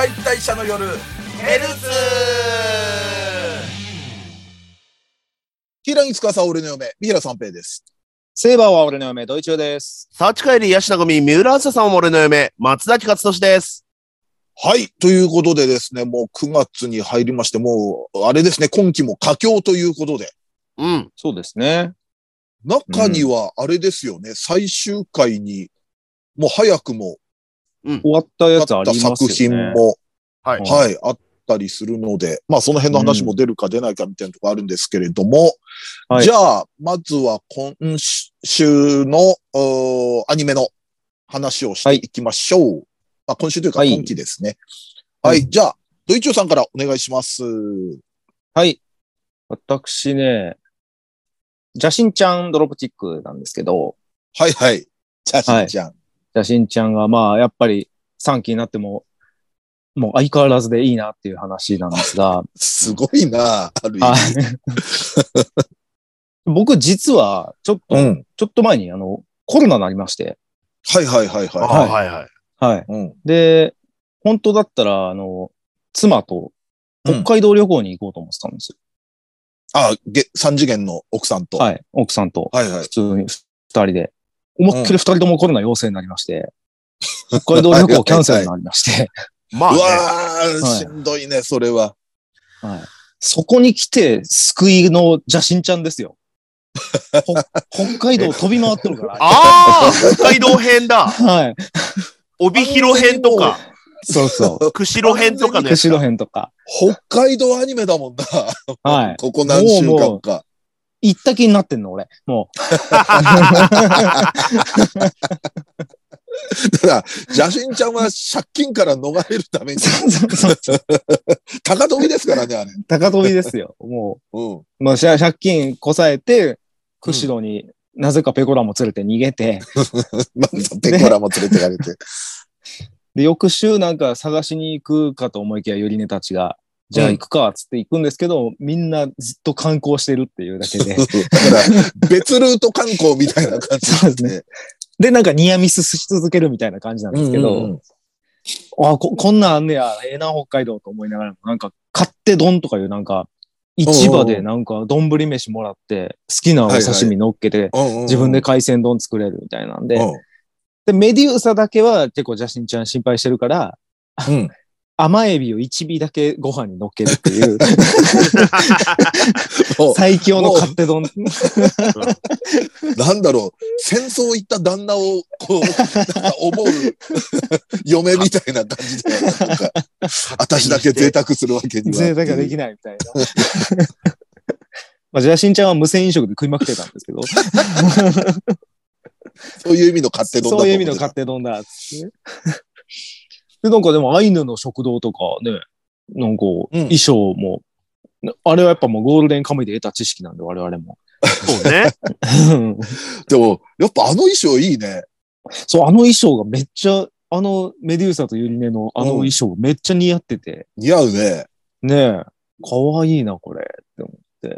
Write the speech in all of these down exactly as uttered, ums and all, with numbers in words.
解体者の夜ヘルツ平木司俺の嫁三平三平です。 セイバーは俺の嫁ドイチューです。 サーチ帰りヤシナゴミ三浦朝さんは俺の嫁松崎勝利です。 はい。ということでですね、もうくがつに入りまして、もう、あれですね、今期も佳境ということで。 うん。 そうですね。 中には、あれですよね、うん、最終回に、もう早くも、 うん、終わったやつありますよね。 作品も、 はい、 はい、あったりするので、まあその辺の話も出るか出ないかみたいなところあるんですけれども、うん、じゃあ、まずは今週のアニメの話をしていきましょう。はい、まあ、今週というか今期ですね。はい。はい、じゃあ、ドイチューさんからお願いします。 はい。私ね、ジャシンちゃんドロップチックなんですけど。 はいはい。ジャシンちゃん。はい、 ジャシンちゃんがまあ、やっぱりさんきになっても、もう相変わらずでいいなっていう話なんですが。 すごいな、ある意味。はい、 僕実は、ちょっと、うん、ちょっと前にあの、コロナになりまして。 はいはいはいはい。 はいはいはい。 はい、うん。で、本当だったら、あの、妻と北海道旅行に行こうと思ってたんですよ。 うん、ああ、げ、三次元の奥さんと。 はい、奥さんと。 はいはい。 普通に二人で。思いっきり二人ともコロナ陽性になりまして、うん、北海道旅行キャンセルになりまして。 まあ、ね、うわー、はい、しんどいね、それは。 はい。そこに来て、救いの邪神ちゃんですよ。北海道飛び回ってるから。 ああ北海道編だ。 はい。 帯広編とか。 そうそう。 釧路編とかね。 釧路編とか。 北海道アニメだもんな。 はい。 ここ何週間か。 行った気になってんの、俺。もう。 ただ、ジャシンちゃんは借金から逃れるために。高飛びですからね、あれ。 高飛びですよ。もう。うん。まあ、借金こさえて、釧路に、うん、なぜかペコラも連れて逃げて。 まずペコラも連れてかれて。 で、翌週なんか探しに行くかと思いきや、よりねたちが、じゃあ行くか、つって行くんですけど、うん、みんなずっと観光してるっていうだけで。だから、別ルート観光みたいな感じそうですね。で、なんかニアミスし続けるみたいな感じなんですけど、うんうんうん、あこ、こんなんあんねや、ええな、北海道と思いながらも、なんか、勝手丼とかいうなんか、市場でなんか、丼飯もらって、好きなお刺身乗っけて、自分で海鮮丼作れるみたいなんで、で、メデューサだけは結構ジャシンちゃん心配してるから、うん、甘エビを一尾だけご飯に乗っけるっていう、最強の勝手丼。 なんだろう、戦争行った旦那を、こう、なんか思う嫁みたいな感じで、なんか、私だけ贅沢するわけには。 贅沢ができないみたいな。まあ、ジャシンちゃんは無銭飲食で食いまくってたんですけど。 そういう意味の勝手丼だ。 そういう意味の勝手丼だっつって。で、なんかでもアイヌの食堂とかね、なんか衣装も、うん、あれはやっぱもうゴールデンカムイで得た知識なんで我々も。 そうね。 でも、やっぱあの衣装いいね。 そう、あの衣装がめっちゃ、あのメデューサとユリネのあの衣装がめっちゃ似合ってて。 うん、似合うね。 ねえ。かわいいな、これ。って思って。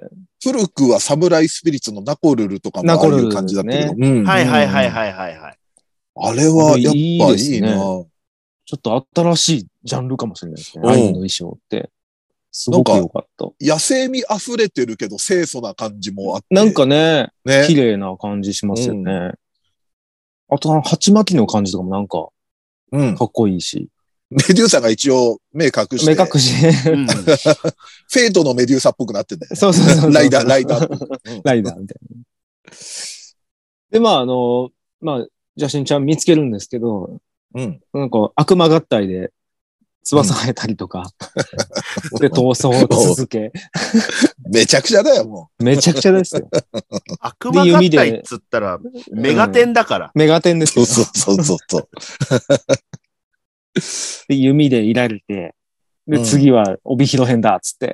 古くはサムライスピリッツのナコルルとかもああいう感じだったけど。 ねうん、はいはいはいはいはいはい。 あれはやっぱいいな。いいね、 ちょっと新しいジャンルかもしれないですね。アイヌの衣装って。すごく良かった。 野生味溢れてるけど清楚な感じもあって。 なんかね、ね綺麗な感じしますよね。うん、あと、鉢巻きの感じとかもなんか、かっこいいし。 メデューサが一応目隠して。 目隠して。 フェイトのメデューサっぽくなってんだよ。 そうそうそうそう。 ライダー、ライダー。 ライダーみたいな。で、まあ、あの、まあ、ジャシンちゃん見つけるんですけど、うん。なんか悪魔合体で翼生えたりとか、うん、で、逃走を続け。 めちゃくちゃだよ、もう。めちゃくちゃですよ。 悪魔合体っつったら、メガテンだから。 うん、メガテンですよ。 そうそうそうそう。 で、弓でいられて、で、うん、次は帯広編だっつって。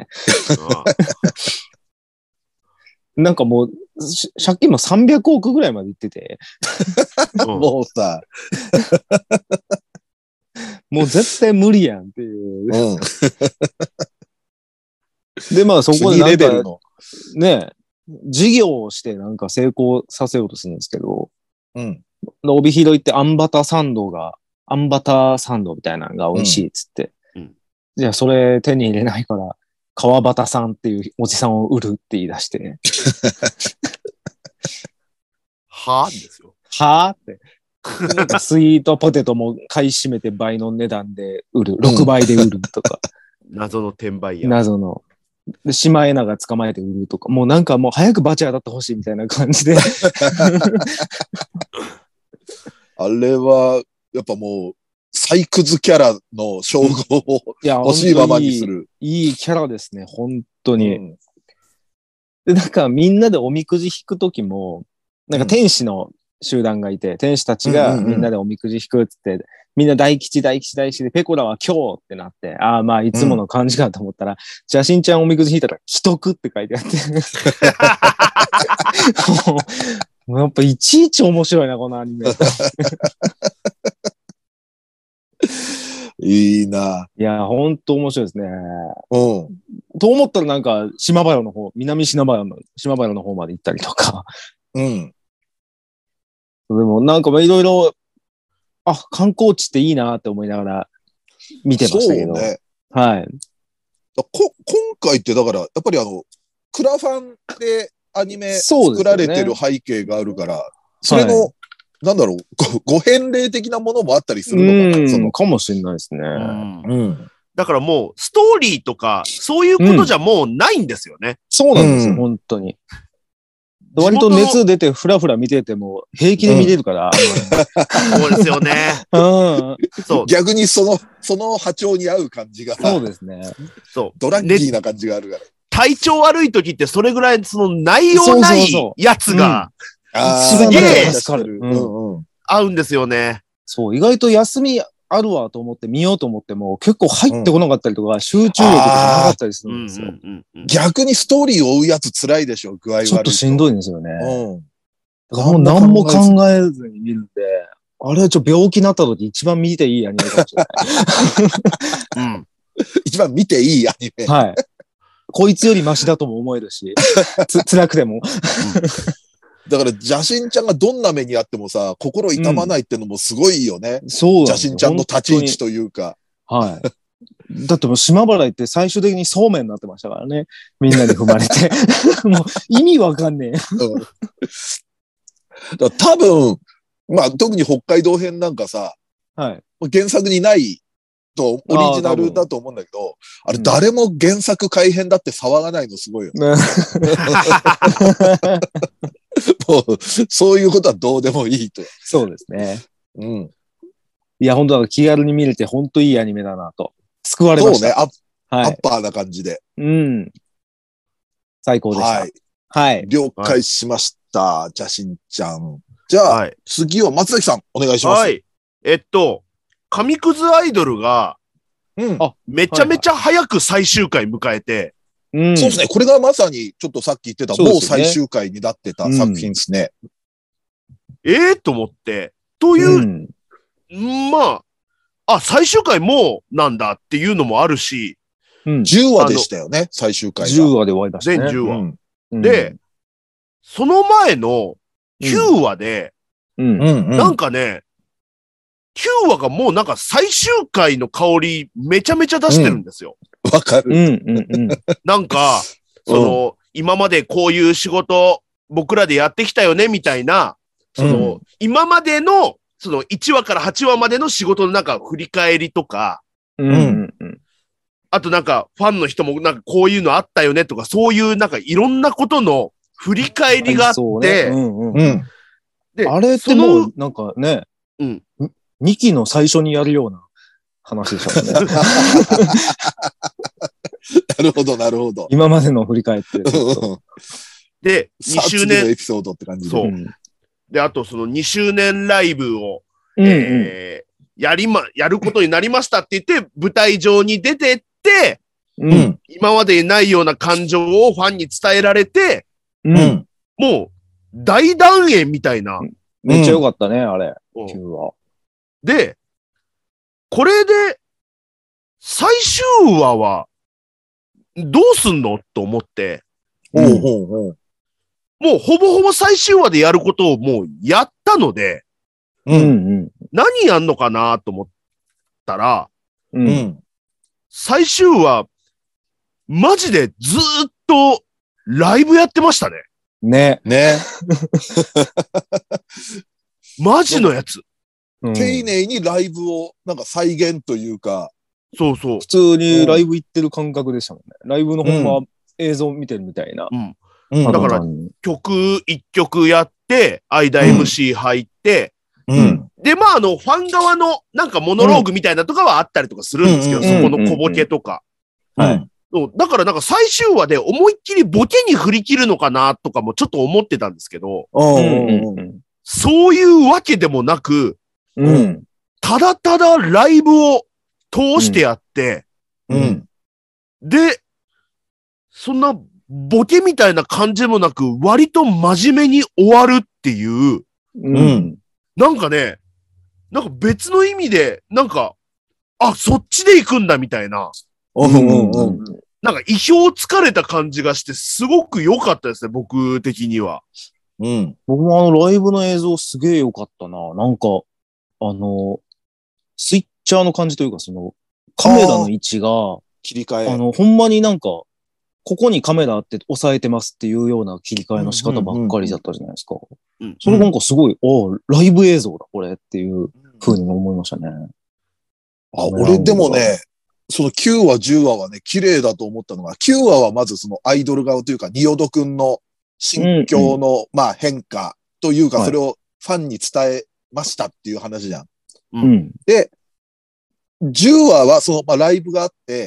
なんかもう、借金もさんびゃくおくぐらいまでいってて。 もうさ。 もう絶対無理やんっていう。うん、で、まあそこでなんか、ね、事業をしてなんか成功させようとするんですけど、うん、帯広行ってあんバタサンドが、あんバタサンドみたいなのが美味しいっつって。うん、 じゃあそれ手に入れないから、川端さんっていうおじさんを売るって言い出して。 はぁですよ。 はぁって。なんかスイートポテトも買い占めて倍の値段で売る。ろくばいで売るとか。 うん、謎の転売屋。 謎の。で、シマエナガ捕まえて売るとか。もうなんかもう早くバチ当たってほしいみたいな感じで。 あれは、やっぱもう、サイクズキャラの称号を欲しいままにする。 いいキャラですね、本当に。うん、で、なんかみんなでおみくじ引くときも、なんか天使の集団がいて、天使たちがみんなでおみくじ引くっつって、うんうんうん、みんな大吉大吉大吉で、ペコラは今日ってなって、ああまあいつもの感じかと思ったら、じゃあしんちゃんおみくじ引いたら、既得って書いてあって。もうやっぱいちいち面白いな、このアニメ。 いいな。 いや、ほんと面白いですね。 うん。 と思ったらなんか、島原の方、南島原の、島原の方まで行ったりとか。 うん。 でもなんかいろいろ、あ、観光地っていいなって思いながら見てましたけど。そうね。はい。 こ今回ってだから、やっぱりあの、クラファンでアニメ作られてる背景があるから、そ, ね、それの、はい、なんだろう、ご返礼的なものもあったりするのかな。 そのかもしれないですね。 うん。だからもう、ストーリーとか、そういうことじゃもうないんですよね。うん、 そうなんですよ、うん、本当に。割と熱出てフラフラ見てても平気で見れるから。うん、 そうですよね。 うん、そう逆にその、その波長に合う感じが。 そうですね。 そう。 ドラッキーな感じがあるから。 体調悪い時ってそれぐらいその内容ないやつが、すげえ合うんですよね。 そう、意外と休みあるわと思って見ようと思っても結構入ってこなかったりとか、うん、集中力がなかったりするんですよ。 逆にストーリーを追うやつ辛いでしょ、具合悪いと。 ちょっとしんどいんですよね。うん。だからもう何も考えずに見るんで、あれはちょっと病気になった時一番見ていいアニメかもしれない。 うん。一番見ていいアニメ。 はい。こいつよりマシだとも思えるし、つ、辛くても。 だから、邪神ちゃんがどんな目にあってもさ、心痛まないってのもすごいよね。 うん、そう邪神ちゃんの立ち位置というか。 はい。だってもう島原行って最終的にそうめんになってましたからね。みんなに踏まれて。もう意味わかんねえ。うん、 だ多分、まあ特に北海道編なんかさ、 はい、 原作にないとオリジナルだと思うんだけど、あ, あれ誰も原作改編だって騒がないのすごいよね。もう、そういうことはどうでもいいと。 そうですね。 うん。 いや、本当は気軽に見れて本当いいアニメだなと。救われました。 そうね、アッ、はい、アッパーな感じで。 うん。最高でした。 はい。 はい。 了解しました。じゃあ、しんちゃん。じゃあ、はい、次は松崎さん、お願いします。はい。 えっと、紙くずアイドルが、 うん。 めちゃめちゃ早く最終回迎えて、 うん、そうですね。これがまさに、ちょっとさっき言ってた、ね、もう最終回になってた作品ですね。 うん、ええー、と思って、という、うん、まあ、あ、最終回もうなんだっていうのもあるし、 うん、じゅうわでしたよね、最終回が。 じゅうわで終わりましたね。 全じゅうわ。うん、で、その前のきゅうわで、 うんうん、 なんかね、きゅうわがもうなんか最終回の香りめちゃめちゃ出してるんですよ。 わ、うん、かる。 うんうんうん、 なんか、その、うん、今までこういう仕事僕らでやってきたよねみたいな、その、うん、今までの、そのいちわからはちわまでの仕事のなんか振り返りとか、 うんうんうん、 あとなんかファンの人もなんかこういうのあったよねとか、そういうなんかいろんなことの振り返りがあって、 ねうんうん、であれってもうなんかね、 うん、 にきの最初にやるような話でしたもんね。 なるほど、なるほど。 今までの振り返って。 で、にしゅうねん。 エピソードって感じで。 そう。で、あとそのにしゅうねんライブを、うんうんえー、やりま、やることになりましたって言って、舞台上に出てって、 うん、 今までにないような感情をファンに伝えられて、 うん、 もう、大団円みたいな。 めっちゃ良かったね、あれ。 うん、で、これで、最終話は、どうすんのと思って、 うん、もうほぼほぼ最終話でやることをもうやったので、 うんうん、 何やんのかなと思ったら、 うん、 最終話、マジでずーっとライブやってましたね。 ね。 ね。 マジのやつ。 うん、 丁寧にライブをなんか再現というか。 そうそう。 普通にライブ行ってる感覚でしたもんね。ライブのほんま映像見てるみたいな。 うん。うん、だから、曲一曲やって、間 エムシー 入って、 うん。 で、まあ、あの、ファン側のなんかモノローグみたいなとかはあったりとかするんですけど、うん、そこの小ボケとか。 うん、はい。 だからなんか最終話で思いっきりボケに振り切るのかなとかもちょっと思ってたんですけど、 うんうんうん、 そういうわけでもなく、 うん、 ただただライブを通してやって、 うんうん、 で、そんなボケみたいな感じもなく、割と真面目に終わるっていう、 うん、 なんかね、なんか別の意味で、なんか、あ、そっちで行くんだみたいな。 うんうんうん、 なんか意表つかれた感じがして、すごく良かったですね、僕的には。 うん。 僕もあのライブの映像すげえ良かったな。なんか、あの、スイッチャーの感じというか、その、カメラの位置が、 切り替え。 あの、ほんまになんか、ここにカメラあって押さえてますっていうような切り替えの仕方ばっかりだったじゃないですか。 うん、 それなんかすごい、おライブ映像だ、これっていう風に思いましたね。 あ、俺でもね、そのきゅうわ、じゅうわはね、綺麗だと思ったのが、きゅうわはまずそのアイドル側というか、仁淀くんの心境の、うんうん、まあ変化というか、それをファンに伝えましたっていう話じゃん。 うん、 で、じゅうわはその、まあ、ライブがあって、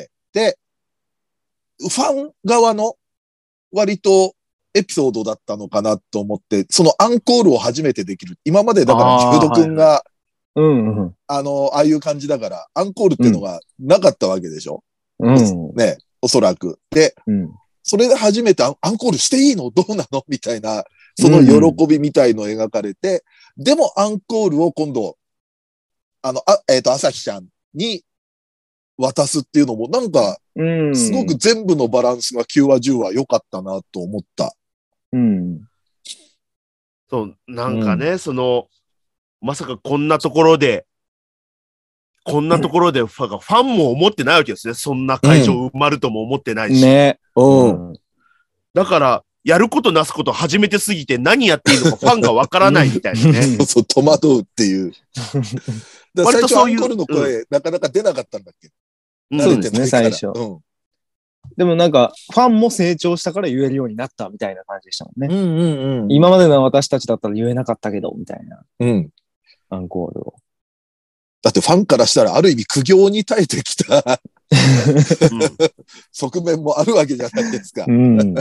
で、ファン側の割とエピソードだったのかなと思って、そのアンコールを初めてできる。今までだから仁淀くんが、 うんうん、 あの、ああいう感じだから、アンコールっていうのがなかったわけでしょ、 うん、 ね、おそらく。で、 うん、 それで初めてアンコールしていいのどうなのみたいな、その喜びみたいのを描かれて、うん、でもアンコールを今度、あの、あえっと、朝日ちゃんに渡すっていうのも、なんか、すごく全部のバランスがきゅうわ、じゅうわ良かったなと思った。 うん。 そう、なんかね、うん、その、まさかこんなところで、こんなところでファン、ファンも思ってないわけですね。そんな会場埋まるとも思ってないし。 うん、ね。 うん。 だから、やることなすこと初めてすぎて何やっていいのかファンがわからないみたいなね。 そう、戸惑うっていう。だ最初アンコールの声、うん、なかなか出なかったんだっけ、 うん、そうですね、最初。うん、でもなんか、ファンも成長したから言えるようになったみたいな感じでしたもんね。 うんうんうん、 今までの私たちだったら言えなかったけど、みたいな。 うん。 アンコールを。 だってファンからしたらある意味苦行に耐えてきた、うん、側面もあるわけじゃないですか。 うん。うん。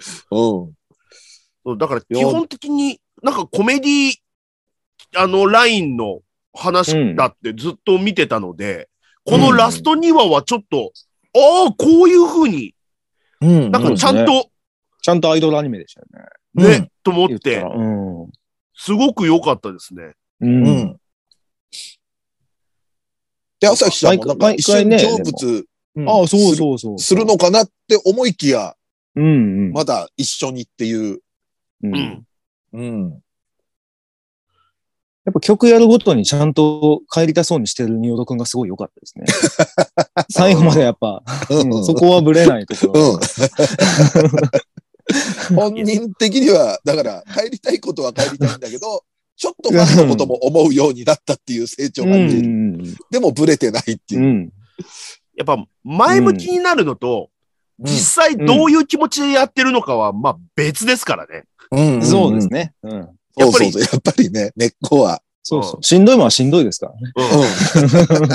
だから基本的になんかコメディあのラインの話だってずっと見てたので、うん、このラストにわはちょっと、ああ、こういう風に、うん、なんかちゃんと、ね、 ちゃんとアイドルアニメでしたよね。ね、うん、と思って、 うん、 すごく良かったですね。 うん。うん、 で、朝日ちゃんもなんか一瞬成仏、 ね、ああ、そうそうそう。 するのかなって思いきや、 うんうん、 まだ一緒にっていう。 うん。 うん。 やっぱ曲やるごとにちゃんと帰りたそうにしてる仁淀くんがすごい良かったですね。最後までやっぱ、うん、そこはブレないところ。うん、 本人的には、だから帰りたいことは帰りたいんだけど、ちょっとファンのことも思うようになったっていう成長が見える。うん、でもブレてないっていう。うん、 やっぱ前向きになるのと、うん、実際どういう気持ちでやってるのかは、まあ別ですからね。 うん、そうですね。うんやっぱり、そうそうそうやっぱりね、根っこは。 そうそう。しんどいもんはしんどいですからね。 うん。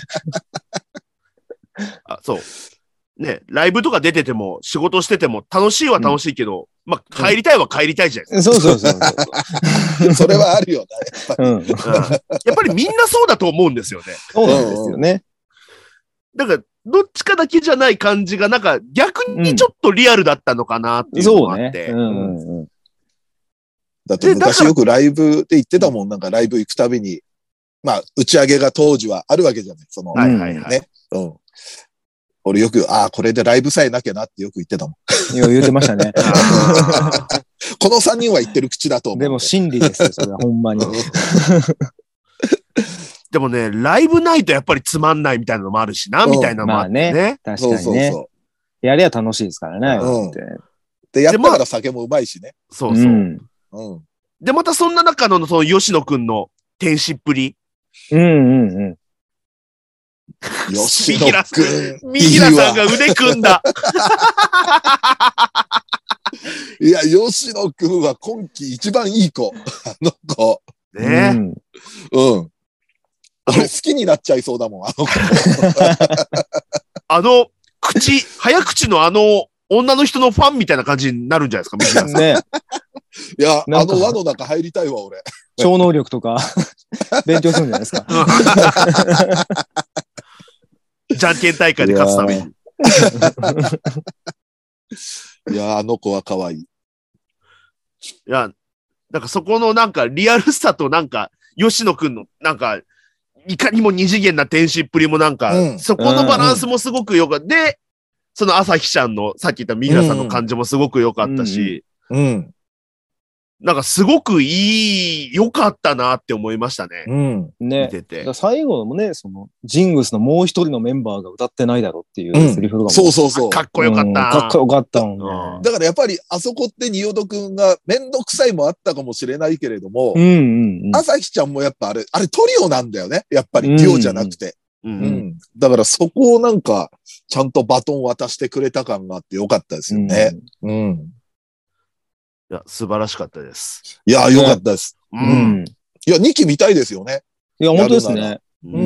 あ、そう。ね、ライブとか出てても、仕事してても、楽しいは楽しいけど、うん、まあ、帰りたいは帰りたいじゃないですか。うん、そうそうそうそう。それはあるよな、やっぱり、うん。 やっぱりみんなそうだと思うんですよね。 そうなんですよね。 だから、どっちかだけじゃない感じが、なんか逆にちょっとリアルだったのかなっていうのがあって。 うん、そうね。うんうんだって昔よくライブで言ってたもん、なんかライブ行くたびに、まあ、打ち上げが当時はあるわけじゃない。その、 はいはいはい。 ね。うん。俺よく、ああ、これでライブさえなきゃなってよく言ってたもん。 いや、言ってましたね。 このさんにんは言ってる口だと思う。 でも真理ですよ、それはほんまに。 でもね、ライブないとやっぱりつまんないみたいなのもあるしな、 うんみたいなのもあってね。 まあね確かにね。 そうそうそう。 やりゃ楽しいですからね。 うんってで、やったから酒もうまいしね。 そうそう。 うん。 うん。 で、またそんな中の、その、吉野くんの天使っぷり。 うんうんうん。 吉野くん。 ミヒラさんが腕組んだ。 いや、吉野くんは今季一番いい子。あの子。 ね、 うん。 うん。俺好きになっちゃいそうだもん、あの子。 あの、口、早口のあの、女の人のファンみたいな感じになるんじゃないですか、ミヒラさん。 ね。 いや、あなんかの輪の中入りたいわ、俺。 超能力とか勉強するんじゃないですか。 じゃんけん大会で勝つために。 いや、あの子は可愛い。 いや、なんかそこのなんかリアルさとなんか、吉野くんのなんか、いかにも二次元な天使っぷりもなんか、 うん、 そこのバランスもすごく良かった。で、その朝日ちゃんのさっき言ったミヒラさんの感じもすごく良かったし、 うん。 なんかすごくいい、良かったなって思いましたね。 うん。 ね。 見てて。 最後もね、その、ジングスのもう一人のメンバーが歌ってないだろうっていうセリフが、 うん、そうそうそう。 かっこよかった。 かっこよかったもんね。 だからやっぱりあそこって仁淀くんがめんどくさいもあったかもしれないけれども、 うんうんうん、 朝日ちゃんもやっぱあれ、あれトリオなんだよね。やっぱりデュオじゃなくて。 うんうんうん、だからそこをなんか、ちゃんとバトン渡してくれた感があってよかったですよね。うん。うん、 いや、素晴らしかったです。 いや、よかったです。 うん。うん、 いや、にき見たいですよね。 いや、本当ですね。 うん。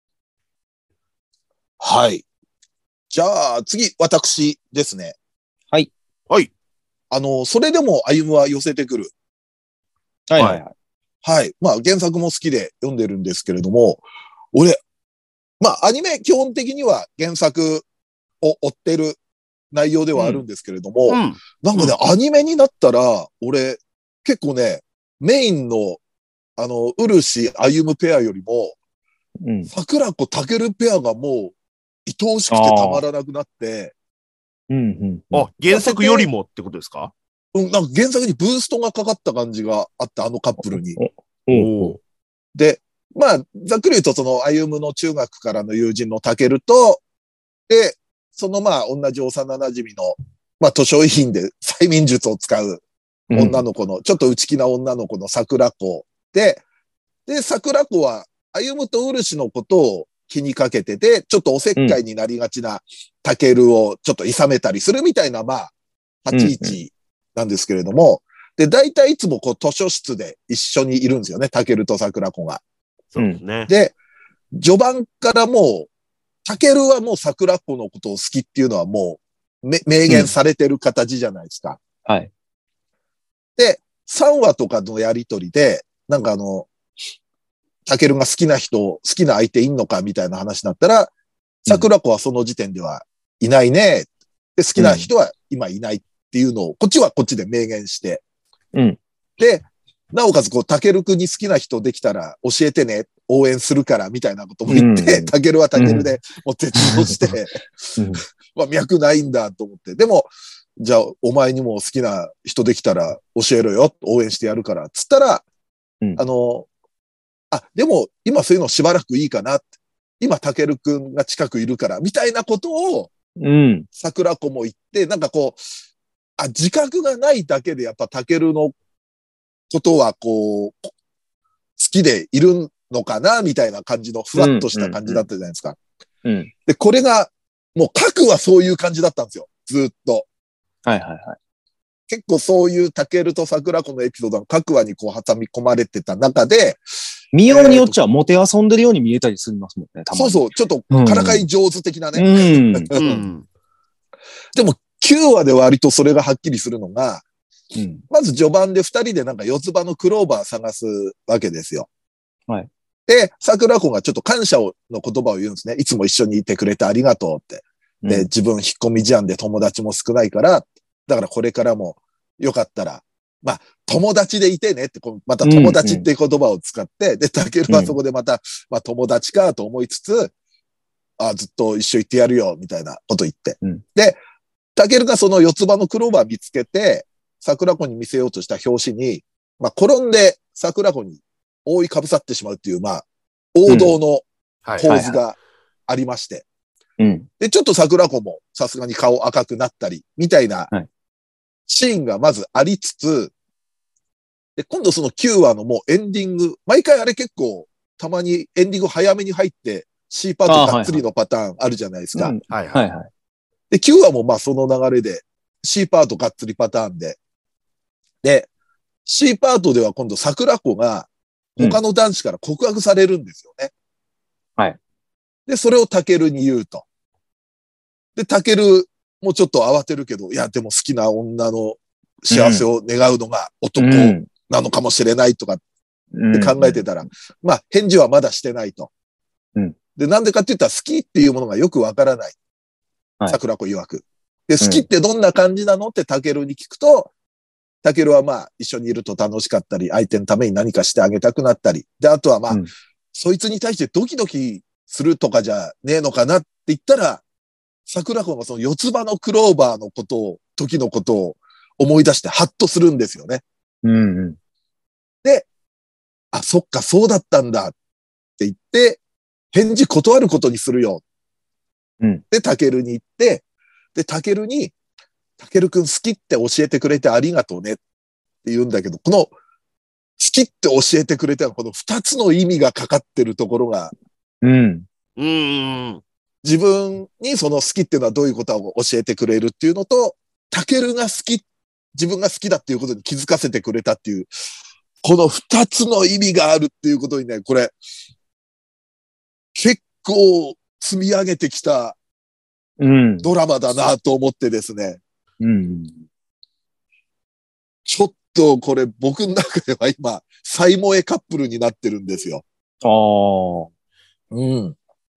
はい。じゃあ、次、私ですね。 はい。 はい。 あの、それでも歩むは寄せてくる。 はいはいはい。 はい。まあ、原作も好きで読んでるんですけれども、俺、まあ、アニメ基本的には原作を追ってる内容ではあるんですけれども、うん、なんかね、うん、アニメになったら、俺、結構ね、メインの、あの、ウルシ、歩むペアよりも、うん、桜子、タケルペアがもう、愛おしくてたまらなくなって、 うんうんうん、あ、原作よりもってことですか？ うん、なんか原作にブーストがかかった感じがあって、あのカップルに。 おで、まあ、ざっくり言うと、その、歩むの中学からの友人のタケルと、で、そのまあ、同じ幼馴染の、まあ、図書遺品で催眠術を使う女の子の、うん、ちょっと内気な女の子の桜子で、で、桜子は、歩むとウルシのことを気にかけてて、ちょっとおせっかいになりがちなタケルをちょっと諌めたりするみたいな、まあ、立ち位置なんですけれども、で、大体いつもこう、図書室で一緒にいるんですよね、タケルと桜子が。 そうですね。 で、序盤からもう、タケルはもう桜子のことを好きっていうのはもう、明言されてる形じゃないですか。 うん、はい。 で、さんわとかのやりとりで、なんかあの、タケルが好きな人、好きな相手いんのかみたいな話になったら、桜子はその時点ではいないね。で、好きな人は今いないっていうのを、こっちはこっちで明言して。 うん。 で、なおかつこう、タケル君に好きな人できたら教えてね、応援するからみたいなことも言って、うん、タケルはタケルでもう鉄道して、うん、まあ脈ないんだと思って。でも、じゃあお前にも好きな人できたら教えろよ、応援してやるから、つったら、うん、あの、あ、でも今そういうのしばらくいいかなって。今タケル君が近くいるから、みたいなことを、うん、桜子も言って、なんかこう、あ、自覚がないだけでやっぱタケルのことはこう、好きでいるのかなみたいな感じのふわっとした感じだったじゃないですか。 うんうんうん、 で、これが、もう核はそういう感じだったんですよ。ずっと。 はいはいはい。 結構そういうタケルと桜子のエピソードが各話にこう挟み込まれてた中で、 見ようによっちゃモテ遊んでるように見えたりするますもんね、たまに。 そうそう、ちょっとからかい上手的なね。うんうん、でもきゅうわで割とそれがはっきりするのが、うん、まず序盤で二人でなんか四つ葉のクローバー探すわけですよ。 はい。 で、桜子がちょっと感謝の言葉を言うんですね。いつも一緒にいてくれてありがとうって。で、うん、自分引っ込み思案で友達も少ないから、だからこれからもよかったら、まあ、友達でいてねって、また友達っていう言葉を使って、うんうん、で、タケルはそこでまた、まあ友達かと思いつつ、あ、ずっと一緒行ってやるよ、みたいなこと言って。うん、で、タケルがその四つ葉のクローバー見つけて、桜子に見せようとした表紙に、まあ、転んで桜子に覆いかぶさってしまうっていう、まあ、 王道のはい。 構図がありまして。 うん。 で、ちょっと桜子もさすがに顔赤くなったり、みたいなはいシーンがまずありつつ、で、今度そのきゅうわのもうエンディング、毎回あれ結構、たまにエンディング早めに入って、C パートがっつりのパターンあるじゃないですか。 うんはい。 はいはい。 で、きゅうわもまあその流れで、C パートがっつりパターンで。で、C パートでは今度桜子が他の男子から告白されるんですよね。 はい。 で、それをタケルに言うと。で、タケルもちょっと慌てるけど、いや、でも好きな女の幸せを願うのが男うんなのかもしれないとかってうん考えてたら、まあ、返事はまだしてないと。 うんで、なんでかって言ったら好きっていうものがよくわからない。 はい桜子曰く。で、好きってどんな感じなのってタケルに聞くと、タケルはまあ、一緒にいると楽しかったり、相手のために何かしてあげたくなったり。で、あとはまあ、 うんそいつに対してドキドキするとかじゃねえのかなって言ったら、桜子がその四つ葉のクローバーのことを、時のことを思い出してハッとするんですよね。 うんうん。 あ、そっか、そうだったんだって言って、返事断ることにするよ。 うんで、タケルに言って、で、タケルに、タケルくん好きって教えてくれてありがとうねって言うんだけど、この、好きって教えてくれたこの二つの意味がかかってるところが、 うん。 うん。 自分にその好きっていうのはどういうことを教えてくれるっていうのと、タケルが好き、自分が好きだっていうことに気づかせてくれたっていう、この二つの意味があるっていうことにね、これ、結構積み上げてきたうん。 ドラマだなと思ってですね、 うん。 ちょっとこれ僕の中では今、最萌えカップルになってるんですよ。 ああ。 うん。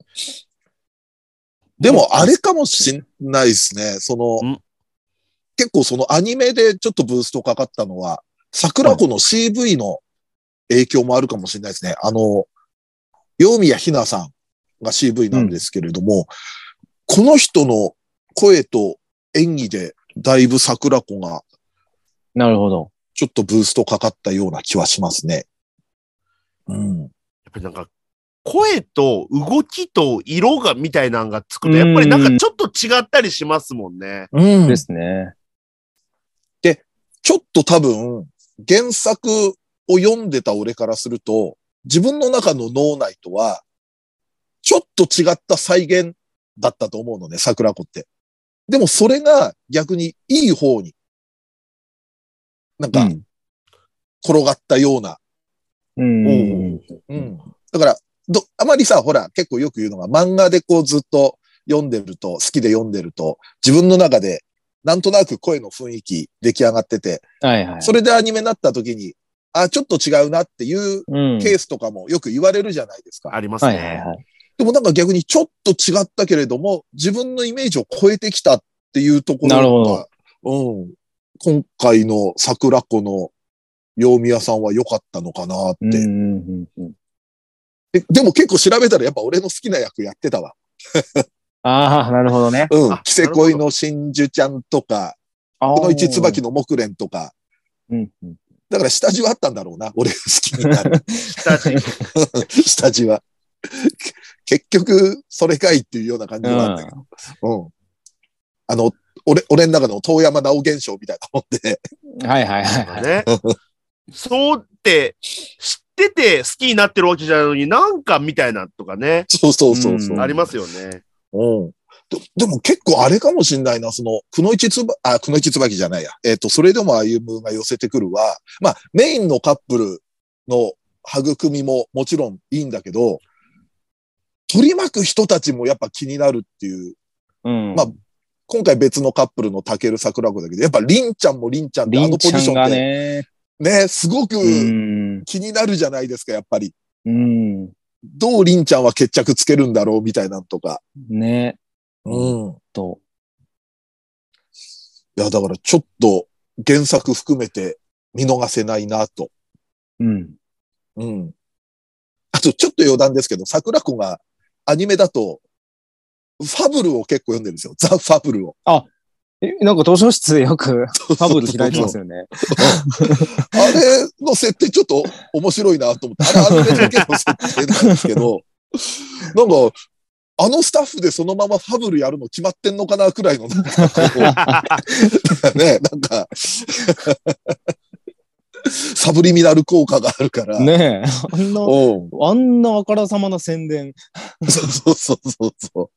でもあれかもしんないですね。そのん、 結構そのアニメでちょっとブーストかかったのは、桜子の シーブイ の影響もあるかもしれないですね。あの、陽宮ひなさんが シーブイ なんですけれども、この人の声と演技でだいぶ桜子がなるほど。 ちょっとブーストかかったような気はしますね。うん。 やっぱりなんか、声と動きと色がみたいなのがつくと、やっぱりなんかちょっと違ったりしますもんね。 うん。 ですね。 ちょっと多分、原作を読んでた俺からすると、自分の中の脳内とは、ちょっと違った再現だったと思うのね、桜子って。でもそれが逆にいい方に、なんか、転がったような。 うん。うん。 うん。だから、ど、あまりさ、ほら、結構よく言うのが、漫画でこうずっと読んでると、好きで読んでると、自分の中で、なんとなく声の雰囲気出来上がってて、 はいはい。 それでアニメになった時に、あ、ちょっと違うなっていううん。 ケースとかもよく言われるじゃないですか。 ありますはいはいね。 はい。 でもなんか逆にちょっと違ったけれども、自分のイメージを超えてきたっていうところが、 なるほうん。今回の桜子の陽宮さんは良かったのかなって。 うんうんうん。 ででも結構調べたらやっぱ俺の好きな役やってたわ。 ああ、なるほどね。 うん。 あキセ恋の真珠ちゃんとか、この一椿の木蓮とか。 うんうん。 だから下地はあったんだろうな。俺が好きになる。 下地。 下地は。結局、それかいっていうような感じはあったけど。うん。あの、俺、俺の中の遠山直現象みたいなもんで。 はいはいはいはい。 ね。そうって知ってて好きになってるわけじゃないのになんかみたいなとかね。 そうそうそうそう。 うんありますよね。 うん。ででも結構あれかもしんないな、その、くのいちつば、あ、くのいちつばきじゃないや。えっ、と、それでも歩むが寄せてくるは、まあ、メインのカップルの育みももちろんいいんだけど、取り巻く人たちもやっぱ気になるっていう。 うん。 まあ今回別のカップルのタケル桜子だけど、やっぱリンちゃんもリンちゃんでありんのポジションちゃんがってね。 ね、すごくうん。 気になるじゃないですか、やっぱり。 うん。 どうリンちゃんは決着つけるんだろうみたいなのとか。 ね。 うん。 と。 いや、だからちょっと原作含めて見逃せないなと。 うん。 うん。あと、ちょっと余談ですけど、桜子がアニメだと、ファブルを結構読んでるんですよ。ザ・ファブルを。 え、なんか図書室でよくファブル開いてますよね。 あれの設定ちょっと面白いなと思って、あれアニメだけの設定なんですけど、なんか、あのスタッフでそのままファブルやるの決まってんのかなくらいの、なんかこうね、なんか、サブリミナル効果があるから。 ねえ、あんな、あんなあからさまな宣伝。 そうそうそうそう。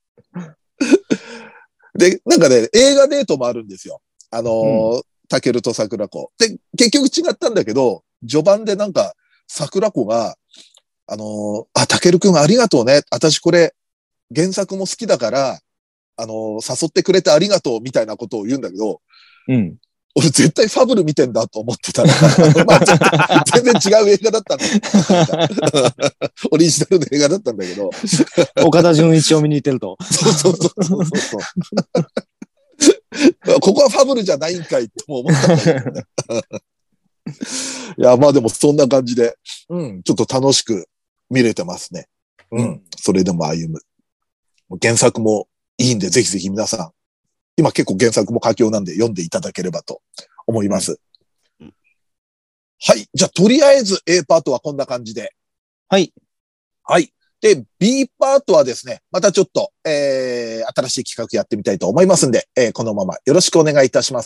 で、なんかね、映画デートもあるんですよ。あのー、うん、タケルと桜子。で、結局違ったんだけど、序盤でなんか、桜子が、あのー、あ、タケルくんありがとうね。私これ、原作も好きだから、あのー、誘ってくれてありがとうみたいなことを言うんだけど、 うん。 俺絶対ファブル見てんだと思ってたら、まあ、全然違う映画だったんだ。オリジナルの映画だったんだけど。 岡田准一を見に行ってると。 そうそうそうそうそう。ここはファブルじゃないんかいとも思ったんだけどね。いや、まあでもそんな感じで、うん、ちょっと楽しく見れてますね。うん。それでも歩む。原作もいいんで、ぜひぜひ皆さん、今結構原作も佳境なんで読んでいただければと思います。うんうん、はい。じゃあ、とりあえず A パートはこんな感じで。 はい。 はい。で、B パートはですね、またちょっと、えー、新しい企画やってみたいと思いますんで、えー、このままよろしくお願いいたします。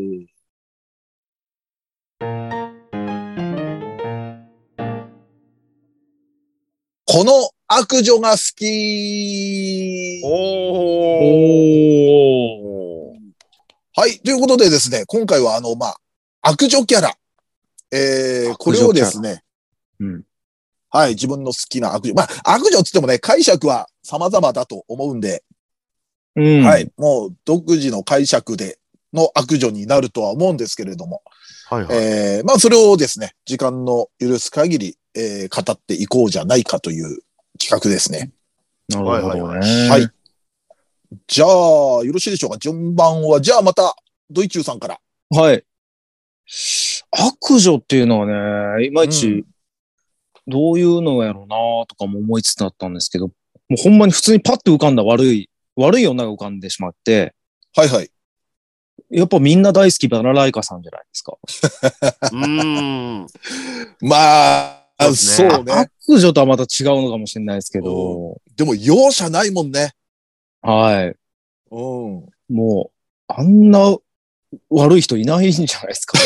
この悪女が好き。 おー。 はい。ということでですね、今回はあの、まあ、悪女キャラ。えー、これをですね、 うん、 はい。自分の好きな悪女。まあ、悪女って言ってもね、解釈は様々だと思うんで、 うん、 はい。もう、独自の解釈での悪女になるとは思うんですけれども、 はいはい。 えー、まあ、それをですね、時間の許す限り、えー、語っていこうじゃないかという企画ですね。 なるほどね。 はい。じゃあ、よろしいでしょうか。順番は、じゃあまた、ドイチューさんから。 はい。悪女っていうのはね、いまいち、どういうのやろうなとかも思いつつだったんですけど、もうほんまに普通にパッと浮かんだ悪い、悪い女が浮かんでしまって。 はいはい。 やっぱみんな大好きバラライカさんじゃないですか。 うーん。 まあ、そうね。 悪女とはまた違うのかもしれないですけど。 でも容赦ないもんね。 はい。 うん。 もう、あんな悪い人いないんじゃないですか。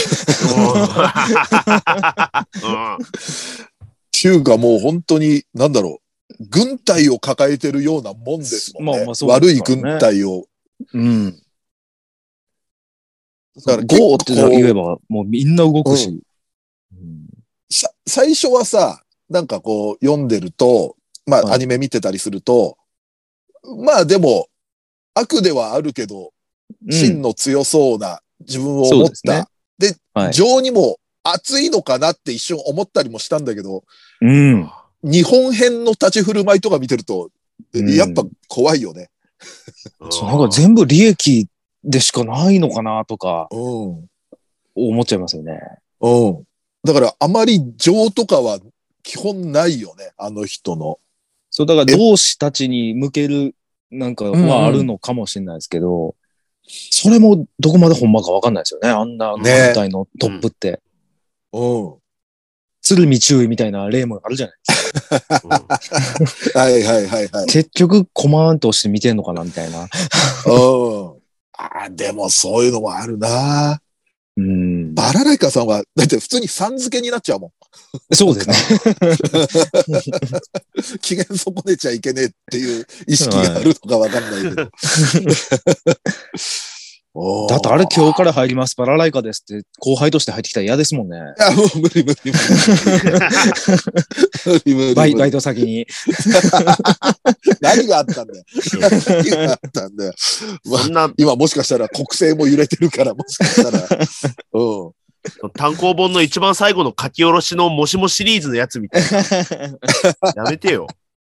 っていうかもう本当に、なんだろう。軍隊を抱えてるようなもんですもんね。まあまあそうですね。悪い軍隊を。 うん。だから、ゴーって言えば、もうみんな動くし。 うんうん、さ最初はさ、なんかこう、読んでると、まあ、はい、アニメ見てたりすると、まあでも、悪ではあるけど、真の強そうな自分を持った。うん、で、ね、はい、情にも熱いのかなって一瞬思ったりもしたんだけど、 うん、 日本編の立ち振る舞いとか見てると、うん、やっぱ怖いよね。 そう、なんか全部利益でしかないのかなとか、 うん、 思っちゃいますよね。 うん。だからあまり情とかは基本ないよね、あの人の。 そう、だから同志たちに向けるなんかはあるのかもしれないですけど、うんうん、それもどこまでほんまかわかんないですよね。あんな軍隊のトップって。 ね、うん。 鶴見注意みたいな例もあるじゃないですか。うん、 はいはいはいはい。 結局コマンとして見てんのかなみたいな。 うん。ああ、でもそういうのもあるな。 うん。 バラライカさんは、だって普通にさん付けになっちゃうもん。 そうですね。 機嫌損ねちゃいけねえっていう意識があるのかわかんないけど。 だってあれ今日から入ります、バラライカですって後輩として入ってきたら嫌ですもんね。いや、もう無理無理無理。無理無理バイ、バイト先に。 何があったんだよ。何があったんだよ。まあ、そんな今もしかしたら国政も揺れてるから、もしかしたら。うん。 単行本の一番最後の書き下ろしのもしもシリーズのやつみたいな。やめてよ。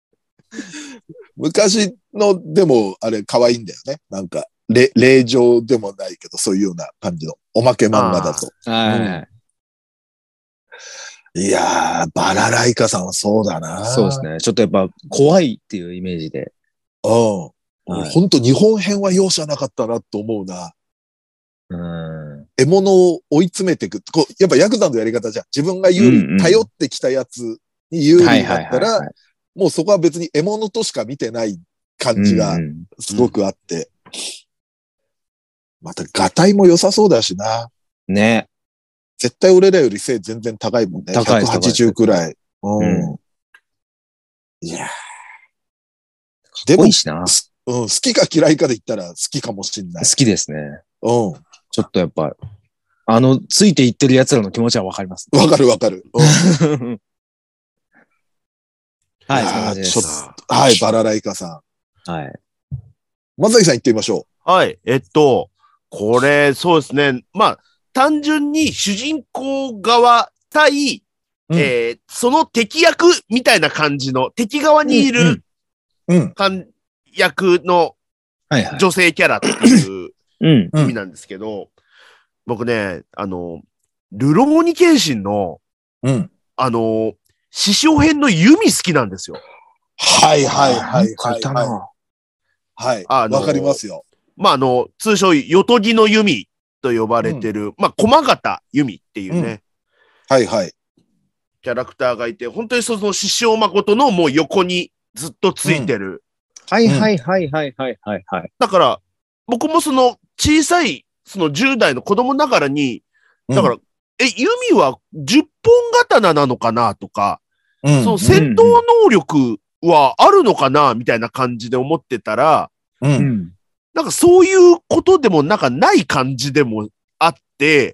昔の、でも、あれ、可愛いんだよね。なんか、令状でもないけど、そういうような感じの、おまけ漫画だと。 はい。 いやー、バラライカさんはそうだな。 そうですね。ちょっとやっぱ、怖いっていうイメージで。 うん。はい、本当日本編は容赦なかったなと思うな。 うん。 獲物を追い詰めていく。こう、やっぱヤクザのやり方じゃん。自分が有利、 うんうん頼ってきたやつに有利だったはいはいはいらはい、 もうそこは別に獲物としか見てない感じがうんうんすごくあって。また、ガタイも良さそうだしな。 ね。 絶対俺らより背全然高いもんね。 高いひゃくはちじゅうくらい。うん。 ういやーでも、 多いしな。 すうん、好きか嫌いかで言ったら好きかもしんない。 好きですね。 うん。 ちょっとやっぱ、あの、ついていってる奴らの気持ちはわかります。 わかるわかる。うんはい、 いやーそんな感じでちょっす。 とはい、バラライカさはい。 ん。松崎さん行ってみましょはい。えっと、これ、そうですね。まあ、単純に主人公側対、 うんえーその敵役みたいな感じの、敵側にいるう。うん。 感役のはいはい。 女性キャラっていううん。 うん意味なんですけど、僕ね、あの、ルローニケンシンの、 うん。 あの、獅子王編の弓好きなんですよ。 はいはいはい書はいい。はい。 たな。 はい。 あのーわかりますよ。 まあ、あの、通称、よとぎの弓と呼ばれてる、まあ、駒形弓っていうね、 はいはい。 キャラクターがいて、本当にその獅子王誠のもう横にずっとついてる。 はいはいはいはいはいはいはい。 だから、僕もその小さい、そのじゅう代の子供ながらに、だから、 うん、 え、弓はじゅっぽん刀なのかなとか、 うん、 その戦闘能力はあるのかなみたいな感じで思ってたら、 う。 うんん。 なんかそういうことでもなんかない感じでもあって、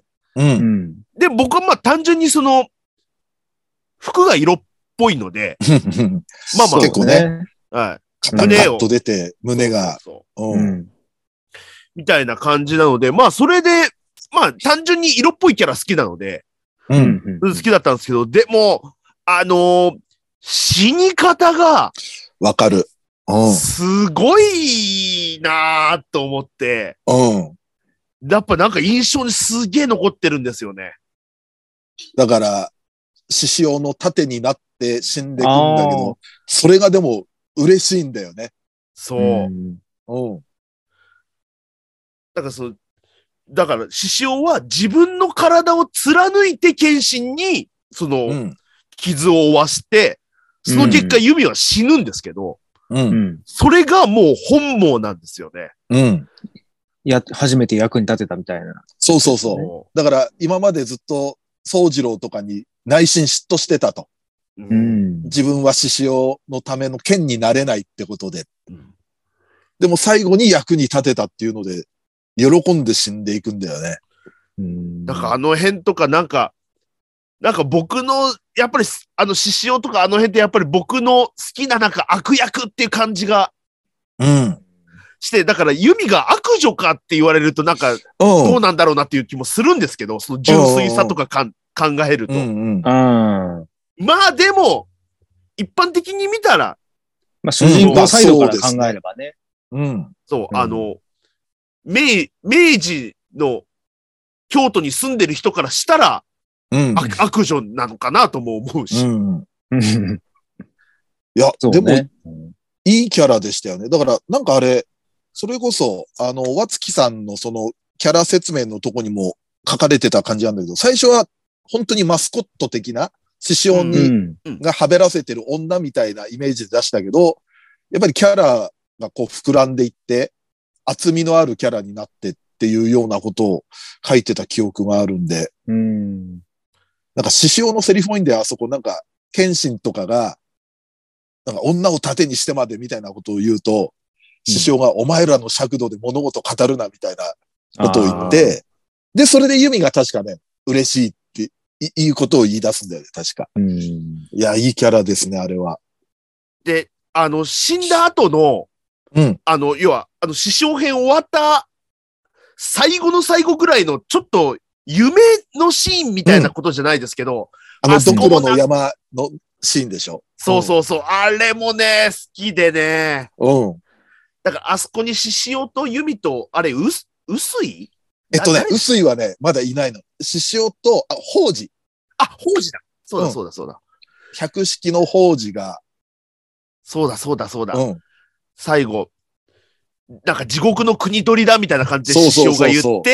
う。 うんん。 で、僕はまあ単純にその、服が色っぽいので、まあまあ結構ね、 はい。 肩胸をカッと出て、胸が。 そうそうそうう。 うんん。 みたいな感じなので、まあそれで、まあ単純に色っぽいキャラ好きなので、 う。 うんん。 好きだったんですけど、でも、あのー死に方が、 わかる。うん。 すごいなぁと思って、 うん。 やっぱなんか印象にすげえ残ってるんですよね。 だから、獅子王の盾になって死んでくんだけあど、それがでも嬉しいんだよね。 そう。 うん。 うん。 だからそう、だから獅子王は自分の体を貫いて謙信に、その、 うん。 傷を負わして、その結果、 うん弓は死ぬんですけど、 う。 うんん。 それがもう本望なんですよね。 うん。 や、初めて役に立てたみたいな。 そうそうそう。だから、今までずっと、宗次郎とかに内心嫉妬してたと。 う。 うんん。 自分は獅子王のための剣になれないってことで。 うんでも最後に役に立てたっていうので、喜んで死んでいくんだよね。 うん。 なんかあの辺とかなんか、なんか僕の、やっぱりあの獅子王とかあの辺ってやっぱり僕の好きななんか悪役っていう感じがうん。 して、だから弓が悪女かって言われるとなんかどうなんだろうなっていう気もするんですけど、その純粋さとかかん考えると。 うんうん。 うん。ままあでも、一般的に見たら、 あ、主人公サイドから考えればね。 うん。 そう、 うんあの、明、明治の京都に住んでる人からしたら、 うん。 悪悪女なのかなとも思うし。 うん。 うんいや、でも、 そうね。 いいキャラでしたよね。だから、なんかあれ、それこそ、あの、和月さんのその、キャラ説明のとこにも書かれてた感じなんだけど、最初は、本当にマスコット的な、獅子王うに、 ん。 がはべらせてる女みたいなイメージで出したけど、やっぱりキャラがこう膨らんでいって、厚みのあるキャラになってっていうようなことを書いてた記憶があるんで、 うん。 なんか獅子王のセリフ多いんで、あそこなんか、謙信とかが、なんか女を盾にしてまでみたいなことを言うと、獅子王がお前らの尺度で物事を語るなみたいなことを言って、で、それでユミが確かね、嬉しいっていいうことを言い出すんだよね、確か。 うん。 いや、いいキャラですね、あれは。 で、あの、死んだ後の、 うん。 あの、要は、あの、師匠編終わった、最後の最後ぐらいの、ちょっと、夢のシーンみたいなことじゃないですけど、 あの、 あそドこもなクロの山のシーンでしょ。 そうそうそう、あれもね、好きでね。 うん。 だから、あそこに獅子王と弓と、あれ、うす、薄いえっとねな、 薄いはね、まだいないの。獅子王と、あ、宝司。 あ、宝司だ。そうだ、 うんそうだ、そうだ。 百式の宝司が、 そうだ、そうだ、そうだ。 うん。 最後、なんか地獄の国取りだみたいな感じでそう獅子王がそうそうそう言って、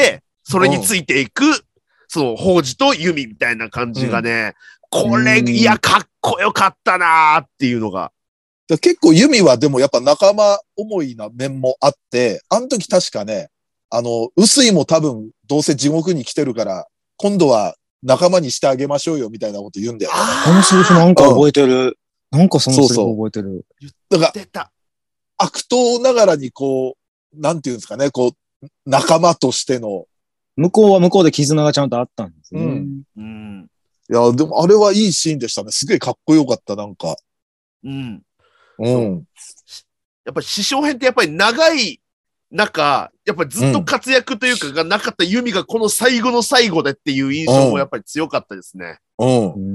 それについていく、その、宝珠と弓みたいな感じがね、うん、これ、いや、かっこよかったなーっていうのが。 結構弓はでもやっぱ仲間思いな面もあって、あの時確かね、あの、臼井も多分どうせ地獄に来てるから、今度は仲間にしてあげましょうよみたいなこと言うんだよね。 このセリフなんか覚えてる。うん、なんかそのセリフ覚えてる。 そうそうだから、 悪党ながらにこう、なんていうんですかね、こう、仲間としての。 向こうは向こうで絆がちゃんとあったんですね。うん。 うん、 いや、でもあれはいいシーンでしたね。すげえかっこよかった、なんか。 うん。 うん。 やっぱり師匠編ってやっぱり長い中、やっぱりずっと活躍というかがなかった弓がこの最後の最後でっていう印象もやっぱり強かったですね。 うん。 うん。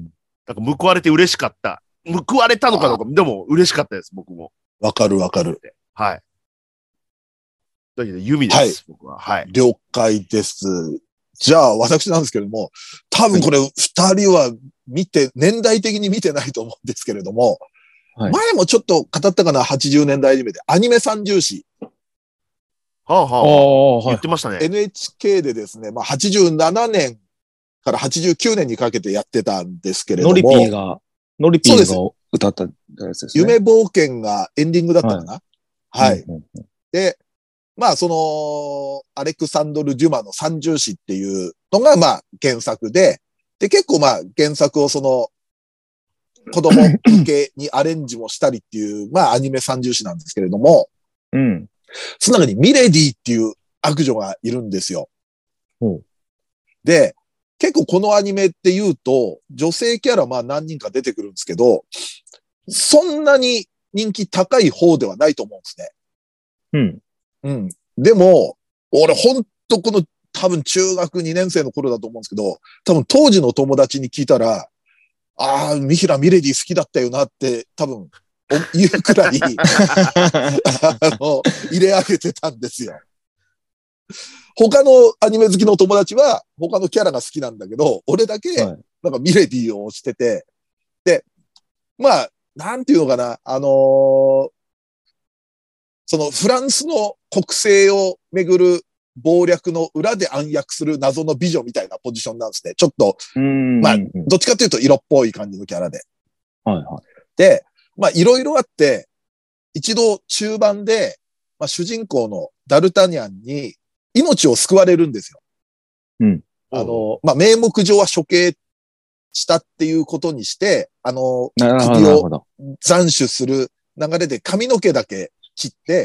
なんか報われて嬉しかった。報われたのかどうか、でも嬉しかったです、僕も。 わかるわかる。 はい。というわけで弓です、はい、僕は。はい。 了解です。じゃあ、私なんですけれども、多分これ、二人は見て、年代的に見てないと思うんですけれども、はい、前もちょっと語ったかな、はちじゅうねんだいアニメで、アニメ三重視。 はあはあ、はあ、言ってましたね。 エヌエイチケー でですね、まあ、はちじゅうななねんからはちじゅうきゅうねんにかけてやってたんですけれども。 ノリピーが、ノリピーが歌ったやつですね。 夢冒険がエンディングだったかな。はい。はいうんうんうん、で、まあ、その、アレクサンドル・デュマの三重視っていうのが、まあ、原作で、で、結構まあ、原作をその、子供向けにアレンジもしたりっていう、まあ、アニメ三重視なんですけれども、 うん。 その中にミレディっていう悪女がいるんですよ。 うん、 で、結構このアニメって言うと、女性キャラまあ何人か出てくるんですけど、そんなに人気高い方ではないと思うんですね。 うん。 うん。でも、俺ほんとこの多分中学にねん生の頃だと思うんですけど、多分当時の友達に聞いたら、ああ、ミヒラ・ミレディ好きだったよなって多分言うくらいあの、入れ上げてたんですよ。他のアニメ好きの友達は他のキャラが好きなんだけど、俺だけなんかミレディを推してて、で、まあ、なんていうのかな、あのー、そのフランスの国政をめぐる謀略の裏で暗躍する謎の美女みたいなポジションなんですね。ちょっと、まあ、どっちかというと色っぽい感じのキャラで。 はいはい。 で、まあ、いろいろあって、一度中盤で、まあ、主人公のダルタニャンに命を救われるんですよ。 うん。 あの、まあ、名目上は処刑したっていうことにして、あの、首を斬首する流れで髪の毛だけ切って、 うん、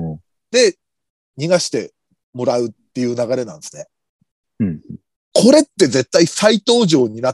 で、逃がしてもらうっていう流れなんですね。 うん、 これって絶対再登場になって、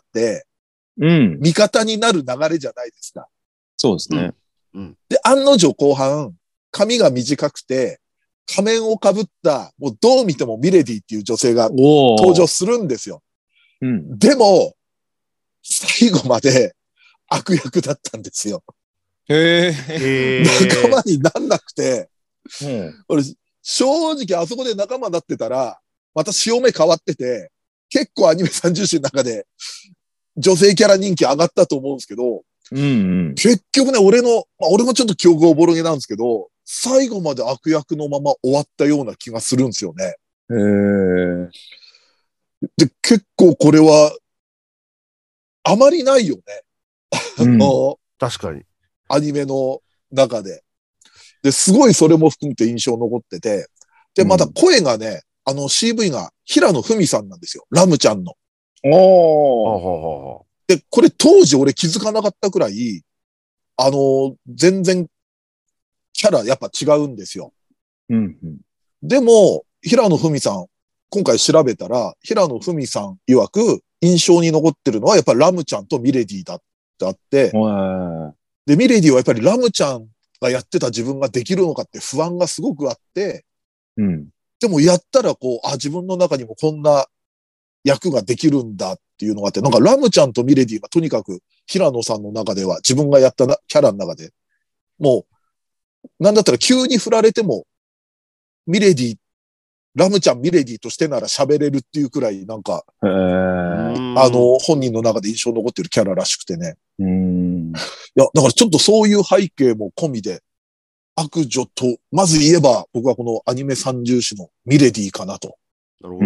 うん、 味方になる流れじゃないですか。 そうですね。 うん、で、案の定後半、髪が短くて、仮面をかぶった、もうどう見てもミレディっていう女性が登場するんですよ。 うん、 でも、最後まで悪役だったんですよ。 へー仲間になんなくて、 うん、 俺、正直あそこで仲間になってたら、また潮目変わってて、結構アニメ三重視の中で女性キャラ人気上がったと思うんですけど、 うんうん、 結局ね、俺の、まあ、俺もちょっと記憶がおぼろげなんですけど、最後まで悪役のまま終わったような気がするんですよね。 へーで、結構これは、あまりないよね。 うん、 確かに。 アニメの中で。で、すごいそれも含めて印象残ってて。で、また声がね、うん、あの シーブイ が平野文さんなんですよ。ラムちゃんの。 おー。 で、これ当時俺気づかなかったくらい、あの、全然キャラやっぱ違うんですよ。 うんうん、 でも、平野文さん、今回調べたら、平野文さん曰く印象に残ってるのはやっぱりラムちゃんとミレディだってあって、で、ミレディはやっぱりラムちゃんがやってた自分ができるのかって不安がすごくあって、 うん、 でもやったらこう、あ、自分の中にもこんな役ができるんだっていうのがあって、なんかラムちゃんとミレディがとにかく平野さんの中では自分がやったキャラの中で、もう、なんだったら急に振られても、ミレディ、ラムちゃんミレディとしてなら喋れるっていうくらいなんか、 へーあの、本人の中で印象に残ってるキャラらしくてね。 うん、 いや、だからちょっとそういう背景も込みで、悪女と、まず言えば僕はこのアニメ三重視のミレディかなと。 なるほど。 うん。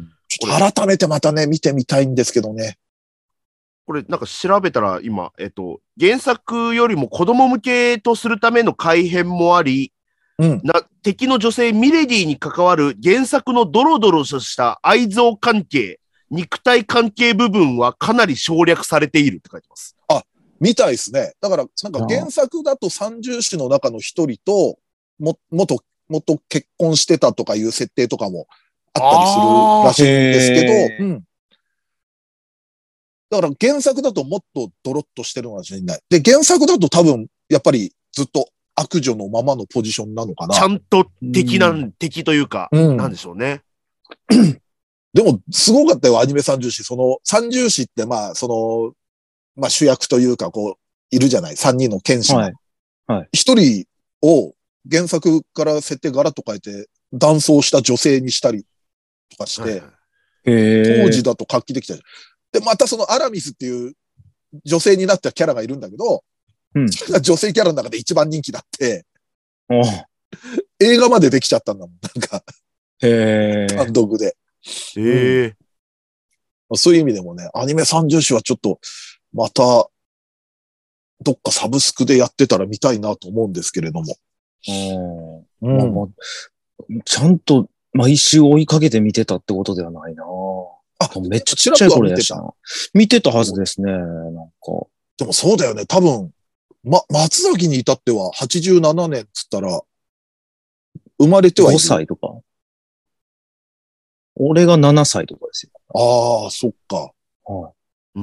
ちょっと改めてまたね、見てみたいんですけどね。 これなんか調べたら今、えっと、原作よりも子供向けとするための改編もあり、 うん、 な敵の女性ミレディに関わる原作のドロドロとした愛憎関係、肉体関係部分はかなり省略されているって書いてます。 あ、みたいですね。だから、なんか原作だと三重視の中の一人と、も、元、元結婚してたとかいう設定とかもあったりするらしいんですけど、うん。だから原作だともっとドロッとしてるのかもしれない。で、原作だと多分、やっぱりずっと悪女のままのポジションなのかな。 ちゃんと敵なん、敵というか、 うん、 なんでしょうね。 でも、すごかったよ、アニメ三重視。その、三重視って、まあ、その、まあ主役というか、こう、いるじゃない。三人の剣士が。はい。はい。一人を原作から設定ガラッと変えて、男装した女性にしたりとかして、はい、当時だと画期的だ。で、またそのアラミスっていう女性になったキャラがいるんだけど、うん、それが女性キャラの中で一番人気だって、映画までできちゃったんだもん、なんか。へー。単独で。 へー。 うん、そういう意味でもね、アニメ三重視はちょっと、また、どっかサブスクでやってたら見たいなと思うんですけれども。 うんまあまあ、ちゃんと毎週追いかけて見てたってことではないな。あ、めっちゃちっちゃい頃やしな。見てたはずですね、なんか。 でもそうだよね、多分、ま、松崎に至ってははちじゅうななねんっつったら、生まれてはいる。 ごさいとか。俺がななさいとかですよ。 ああ、そっか。 はい。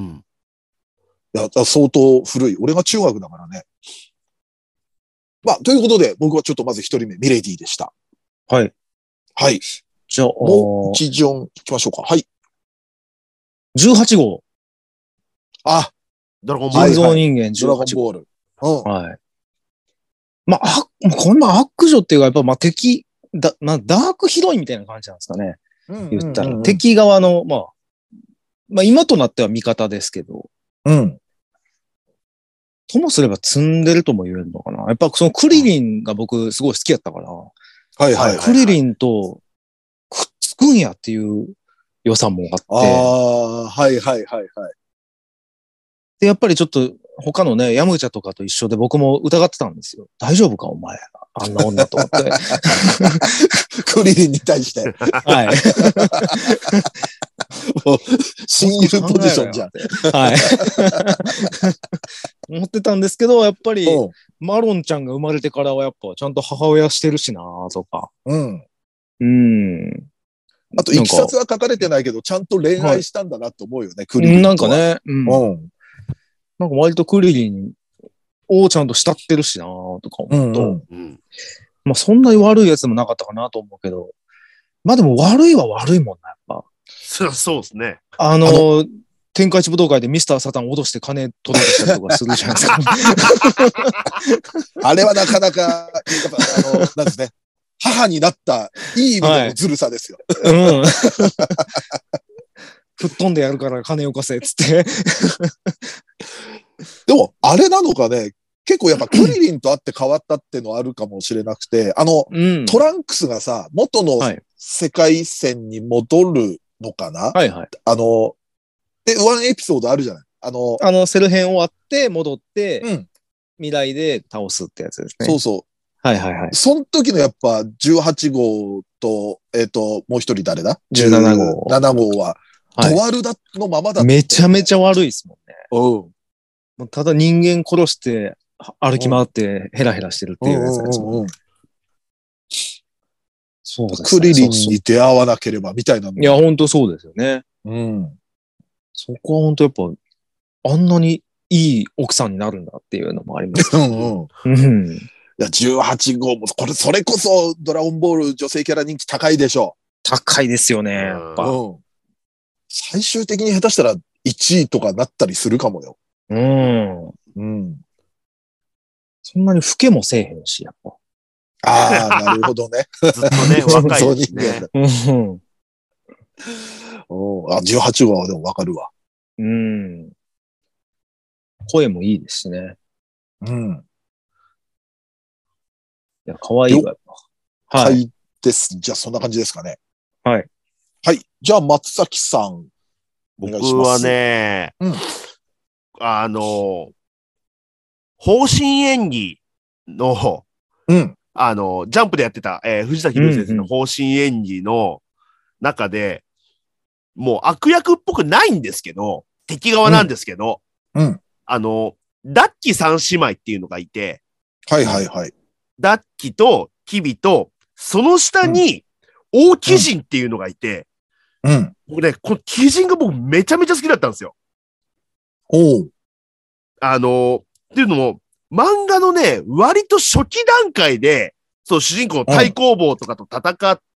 うん。 いや、相当古い。俺が中学だからね。まあ、ということで、僕はちょっとまず一人目、ミレディでした。 はい。 はい。 じゃあ、 もう一巡行きましょうか。はい。 じゅうはち号。 あ、 ドラゴンボール。 人造人間じゅうはち号。 ドラゴンボール。 うん。はい。まあ、こんな悪女っていうか、やっぱ、まあ、敵、だ、まあ、ダークヒロインみたいな感じなんですかね。言ったら。敵側の、まあ、まあ、今となっては味方ですけど。 うん。 ともすれば積んでるとも言えるのかな。やっぱそのクリリンが僕すごい好きやったから。 はいはい。 クリリンとくっつくんやっていう良さもあって。 ああ、はいはいはいはい。 で、やっぱりちょっと他のね、ヤムチャとかと一緒で僕も疑ってたんですよ。大丈夫かお前。あんな女と思って。 クリリンに対して。 はい。 親友ポジションじゃん。 はい。思ってたんですけど、やっぱり、マロンちゃんが生まれてからはやっぱちゃんと母親してるしなとか。 うん。 うん。 あと、いきさつは書かれてないけど、ちゃんと恋愛したんだなと思うよね、クリリンと。 なんかね。うん。なんか割とクリリンをちゃんと慕ってるしなとか思うと。まあそんなに悪いやつでもなかったかなと思うけど。まあでも悪いは悪いもんな、やっぱ。 そそうですね。 あのー、天下一武道会でミスターサタンを脅して金取ろうとしたりとかするじゃないですか。 あれはなかなか、やっぱあの、なんですね。母になったいい意味でのずるさですよ。 はい、うん。吹っ飛んでやるから金を貸せ、つって。 でも、あれなのかね、結構やっぱクリリンと会って変わったっていうのはあるかもしれなくて、あの、うん、トランクスがさ、元の世界線に戻るのかな、 はいはい。 あの、で、ワンエピソードあるじゃないあの、 あの、セル編終わって戻って、うん、未来で倒すってやつですね。 そうそう。 はいはいはい。 その時のやっぱじゅうはち号と、えっ、ー、と、もう一人誰だ ? じゅうなな号。 じゅうなな号は、ドワルだのままだった、 ね、めちゃめちゃ悪いですもんね。 うん。 ただ人間殺して歩き回ってヘラヘラしてるっていうやつですもんね。 そうですね。クリリンに出会わなければみたいなの。 いや、ほんとそうですよね。 うん。 そこはほんとやっぱ、あんなにいい奥さんになるんだっていうのもあります、 ね。うんうん。うん。いや、じゅうはち号も、これ、それこそドラゴンボール女性キャラ人気高いでしょ。 高いですよね、やっぱ。 うん。最終的に下手したらいちいとかなったりするかもよ。 うん。 うん。 そんなに老けもせえへんし、やっぱ。 ああ、なるほどね。 ずっとね、若いですね。 うんおあ、じゅうはち号はでもわかるわ。 うん。声もいいですしね。 うん。 いや、可愛いわ、やっぱ。 はい。はいです。じゃあ、そんな感じですかね。 はい。 はい。じゃあ、松崎さん。 僕はね、うん、あの、方針演技の、 うん、 あの、ジャンプでやってた、えー、藤崎龍先生の方針演技の中で、うんうん、もう悪役っぽくないんですけど、敵側なんですけど、 うんうん、 あの、ダッキ三姉妹っていうのがいて、 はいはいはい。 ダッキとキビと、その下に、大鬼人っていうのがいて、 うん。 僕ね、この鬼人が僕めちゃめちゃ好きだったんですよ。 おう。 あの、っていうのも、漫画のね、割と初期段階で、そう、主人公の太公望とかと戦って、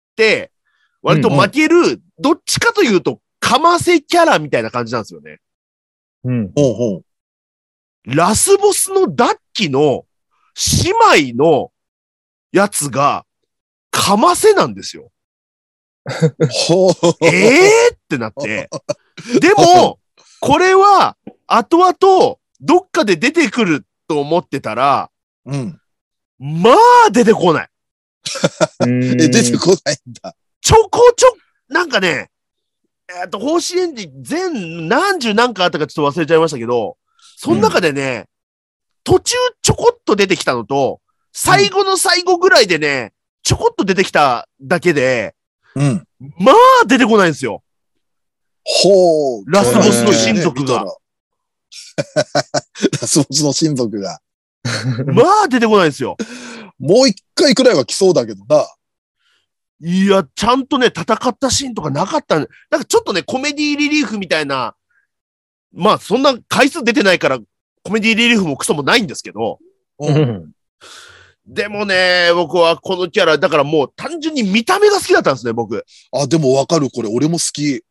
割と負ける、うんうん、どっちかというと、かませキャラみたいな感じなんですよね。 うん。 ほうほう。 ラスボスのダッキの姉妹のやつが、かませなんですよ。 ほう。 ええーってなって。でも、これは、後々、どっかで出てくると思ってたら、 うん。 まあ、出てこない。 え、出てこないんだ。 ちょこちょ、なんかね、えっと、方針演技全何十何かあったかちょっと忘れちゃいましたけど、その中でね、うん、途中ちょこっと出てきたのと、最後の最後ぐらいでね、ちょこっと出てきただけで、 うん。 まあ、出てこないんですよ。 ほう。 ラスボスの親族が。 ラスボスの親族が。 まあ、出てこないんですよ。 もう一回くらいは来そうだけどな。 いや、ちゃんとね、戦ったシーンとかなかった。なんかちょっとね、コメディリリーフみたいな、まあ、そんな回数出てないから、コメディリリーフもクソもないんですけど。 うん。 でもね、僕はこのキャラ、だからもう単純に見た目が好きだったんですね、僕。 あ、でもわかる、これ。俺も好き。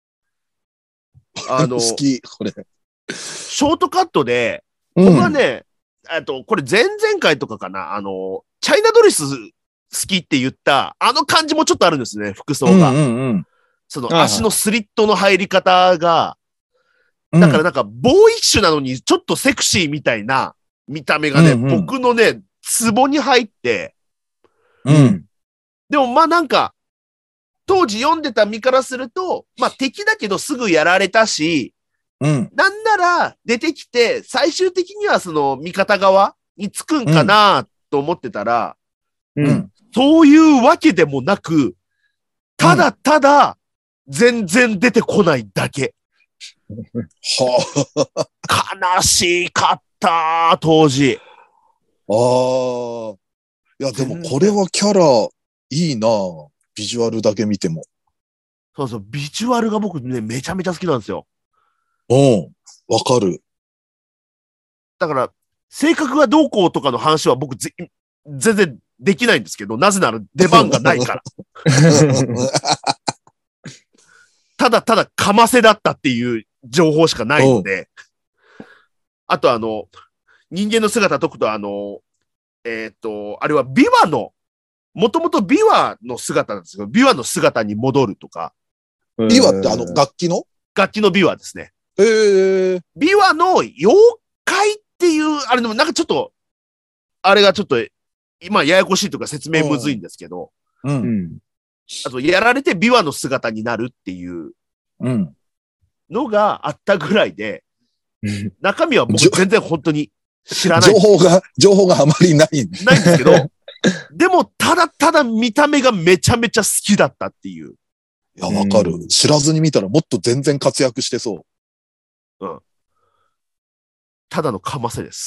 あの、好き、これ。 ショートカットで、僕はね、えっと、これ前々回とかかな、あの、チャイナドレス好きって言った、あの感じもちょっとあるんですね、服装が。 うんうんうん、 その足のスリットの入り方が、だからなんか、ボーイッシュなのにちょっとセクシーみたいな見た目がね、うんうん、僕のね、ツボに入って、 うん。 でもまあなんか、当時読んでた身からすると、まあ敵だけどすぐやられたし、 うん、 なんなら出てきて、最終的にはその味方側につくんかなと思ってたら、 うん、 そういうわけでもなく、ただただ全然出てこないだけ。 はあ、悲しかった、当時。 ああ。いや、でもこれはキャラいいな、ビジュアルだけ見ても。 そうそう、ビジュアルが僕ね、めちゃめちゃ好きなんですよ。 うん、わかる。 だから、性格がどうこうとかの話は僕ぜ全然できないんですけど、なぜなら出番がないから。ただただかませだったっていう情報しかないので。あとあの、人間の姿解くとあの、えっと、あれはビワの、もともとビワの姿なんですけど、ビワの姿に戻るとか。 ビワってあの楽器の楽器のビワですね。 へー。 ビワの妖怪っていう、あれでもなんかちょっと、あれがちょっと、今ややこしいとか説明むずいんですけど、 うん。 あと、やられてビワの姿になるっていうのがあったぐらいで、うん、中身は僕全然本当に知らない。 情報が、情報があまりない。ないんですけど、でも、ただただ見た目がめちゃめちゃ好きだったっていう。 いや、わかる。知らずに見たらもっと全然活躍してそう。 うん。ただのかませです。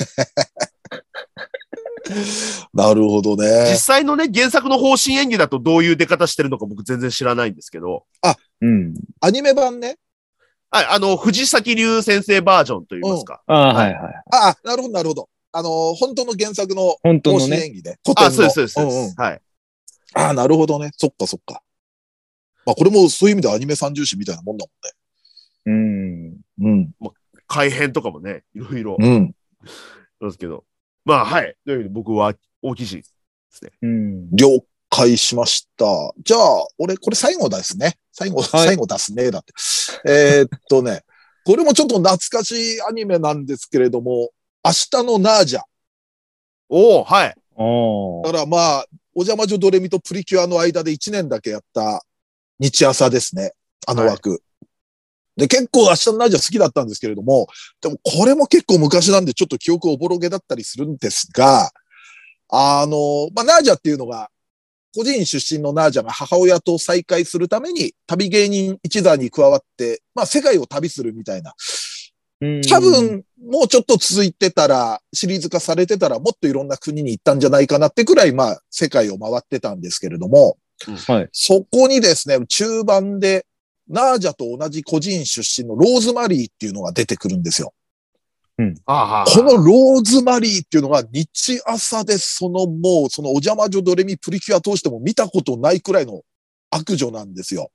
なるほどね。 実際のね、原作の方針演技だとどういう出方してるのか僕全然知らないんですけど。 あ、うん。アニメ版ね。 はい、あの、藤崎龍先生バージョンといいますか。 うん、あはいはい。 あ、なるほど、なるほど。あの、本当の原作の方針演技ね。 古典の。あ、そうです、そうです。うんうん、はい。 あ、なるほどね。そっかそっか。まあ、これもそういう意味でアニメ三重視みたいなもんだもんね。うん。うん。 まあ、改編とかもね、いろいろ。 うん。 なんですけど。まあ、はい。というわけで僕は大きいですね。 うん。 了解しました。じゃあ、俺、これ最後ですね。最後、はい、最後出すね。だって。えー、っとね、これもちょっと懐かしいアニメなんですけれども、明日のナージャ。 おお、はい。 おだからまあ、お邪魔女ドレミとプリキュアの間でいちねんだけやった日朝ですね。あの枠。はい、で、結構明日のナージャ好きだったんですけれども、でもこれも結構昔なんでちょっと記憶おぼろげだったりするんですが、あの、まあ、ナージャっていうのが、個人出身のナージャが母親と再会するために旅芸人一座に加わって、まあ、世界を旅するみたいな。多分、もうちょっと続いてたら、シリーズ化されてたら、もっといろんな国に行ったんじゃないかなってくらい、まあ、世界を回ってたんですけれども、 はい、 そこにですね、中盤で、ナージャと同じ個人出身のローズマリーっていうのが出てくるんですよ。 うん、 このローズマリーっていうのが日朝でそのもうそのお邪魔女ドレミプリキュア通しても見たことないくらいの悪女なんですよ。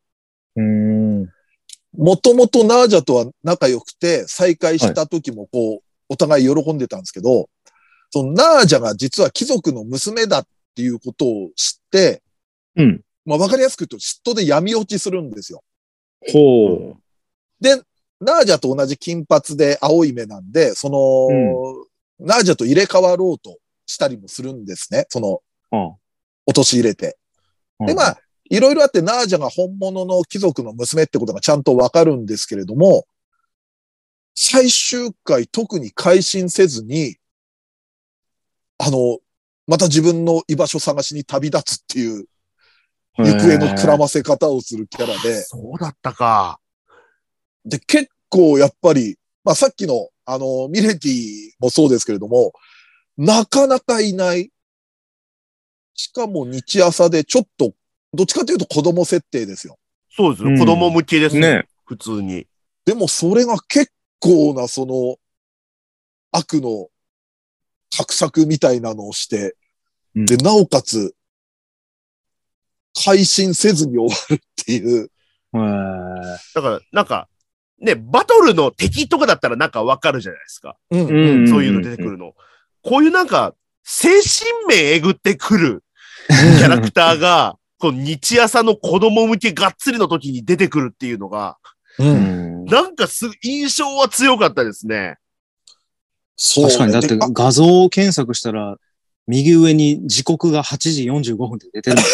もともとナージャとは仲良くて再会した時もこう、はい、お互い喜んでたんですけど、そのナージャが実は貴族の娘だっていうことを知って、 うん、 まあわかりやすく言うと嫉妬で闇落ちするんですよ。 ほう。 で、ナージャと同じ金髪で青い目なんで、その、うん、ナージャと入れ替わろうとしたりもするんですね。その、うん、落とし入れて。うん、で、まあ、いろいろあってナージャが本物の貴族の娘ってことがちゃんとわかるんですけれども、最終回特に改心せずに、あの、また自分の居場所探しに旅立つっていう、行方のくらませ方をするキャラで。 そうだったか。 で、結構やっぱり、まあさっきの、あの、ミレティもそうですけれども、なかなかいない。しかも日朝でちょっと、どっちかというと子供設定ですよ。 そうですね。うん、子供向けですね。普通に。 でもそれが結構なその、悪の画策みたいなのをして、うん、で、なおかつ、改心せずに終わるっていう。 だから、なんか、ね、バトルの敵とかだったらなんかわかるじゃないですか。 うんうん、 そういうの出てくるの。こういうなんか、精神面えぐってくるキャラクターが、この日朝の子供向けがっつりの時に出てくるっていうのが、 うん、 なんかす印象は強かったですね。 そうね。確かに、だって画像を検索したら、右上に時刻がはちじよんじゅうごふんって出てる。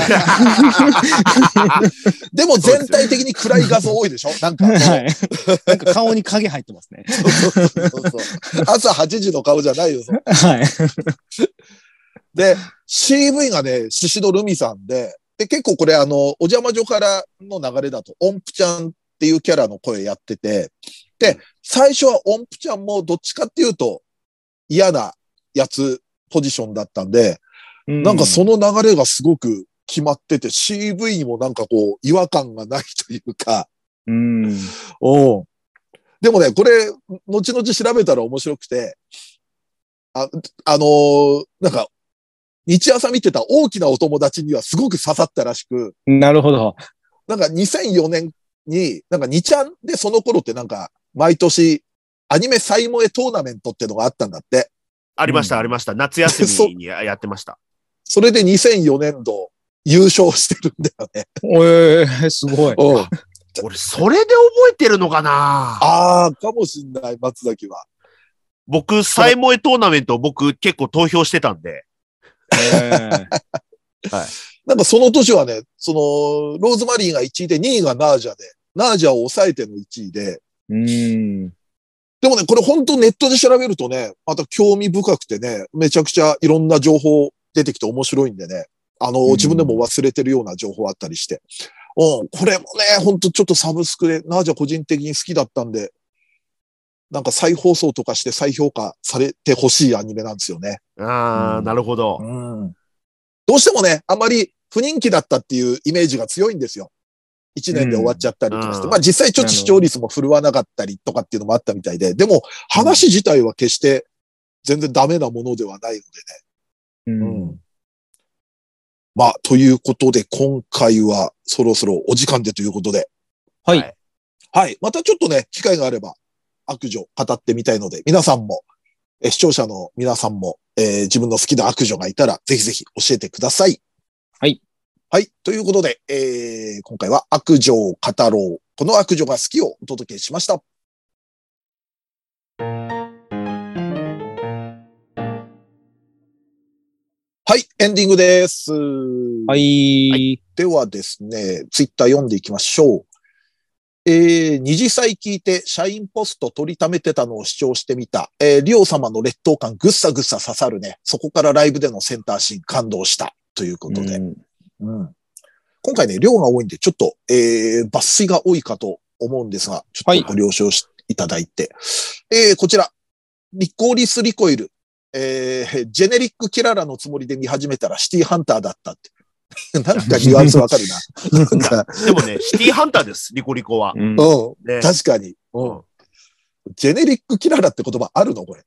でも全体的に暗い画像多いでしょなんか。 はい。なんか顔に影入ってますね。 そうそうそうそう。朝はちじの顔じゃないよ。 はい。 で、シーブイ がね、シシドルミさんで、で、結構これあの、お邪魔女からの流れだと、音符ちゃんっていうキャラの声やってて、で、最初は音符ちゃんもどっちかっていうと嫌なやつポジションだったんで、うん、なんかその流れがすごく決まってて、シーブイ にもなんかこう違和感がないというか、 うん。 おでもね、これ、後々調べたら面白くて、あ、あのー、なんか、日朝見てた大きなお友達にはすごく刺さったらしく。 なるほど。 なんかにせんよねんに、なんかにちゃんでその頃ってなんか、毎年、アニメサイモエトーナメントってのがあったんだって。 ありました、うん、ありました。夏休みにやってました。 そ, それでにせんよねんど優勝してるんだよね。 えー、すごい。 俺、それで覚えてるのかなああ、かもしんない、松崎は。 僕、サイモエトーナメント僕結構投票してたんで。 えーはい、なんかその年はね、その、ローズマリーがいちいでにいがナージャで、ナージャを抑えてのいちいで。 うんでもね、これ本当ネットで調べるとね、また興味深くてね、めちゃくちゃいろんな情報出てきて面白いんでね、あの、自分でも忘れてるような情報あったりして。うん、これもね、ほんとちょっとサブスクで、ナージャ個人的に好きだったんで、なんか再放送とかして再評価されてほしいアニメなんですよね。 ああ、うん、なるほど、 うん。どうしてもね、あんまり不人気だったっていうイメージが強いんですよ。一年で終わっちゃったりとかして。うん、まあ実際ちょっと視聴率も振るわなかったりとかっていうのもあったみたいで、でも話自体は決して全然ダメなものではないのでね。 うん。うん、 まあ、ということで今回はそろそろお時間でということで。 はい。 はい。またちょっとね、機会があれば悪女語ってみたいので、皆さんも、え視聴者の皆さんも、えー、自分の好きな悪女がいたらぜひぜひ教えてください。 はい。 はい。ということで、えー、今回は悪女を語ろう。この悪女が好きをお届けしました。はい。エンディングです。 はい。はいではですね、ツイッター読んでいきましょう。えー、二次祭聞いて、社員ポスト取りためてたのを視聴してみた。えー、リオ様の劣等感ぐっさぐっさ刺さるね。そこからライブでのセンターシーン感動した。ということで。うんうん、今回ね、量が多いんで、ちょっと、えー、抜粋が多いかと思うんですが、ちょっとご了承いただいて。はい、えー、こちら。リコリスリコイル。えー、ジェネリックキララのつもりで見始めたらシティハンターだったって。なんかニュアンスわかるな。なんかでもね、シティハンターです、リコリコは。 うん。ね、確かに、うん。ジェネリックキララって言葉あるのこれ。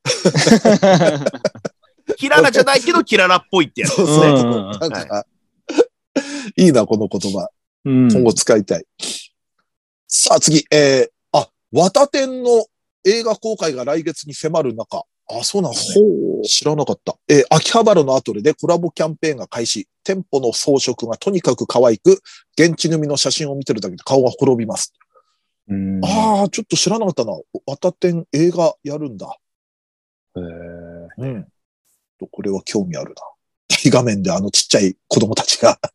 キララじゃないけどキララっぽいってやつですね。そうそうそう。なんか、 はい、いいな、この言葉。うん、今後使いたい。さあ次、えー、あ、綿天の映画公開が来月に迫る中、あ、そうなんですね。知らなかった。えー、秋葉原のアトレでコラボキャンペーンが開始。店舗の装飾がとにかく可愛く、現地組の写真を見てるだけで顔が転びます。うんああ、ちょっと知らなかったな。綿天映画やるんだ。へえ。うん。これは興味あるな。大画面であのちっちゃい子供たちが。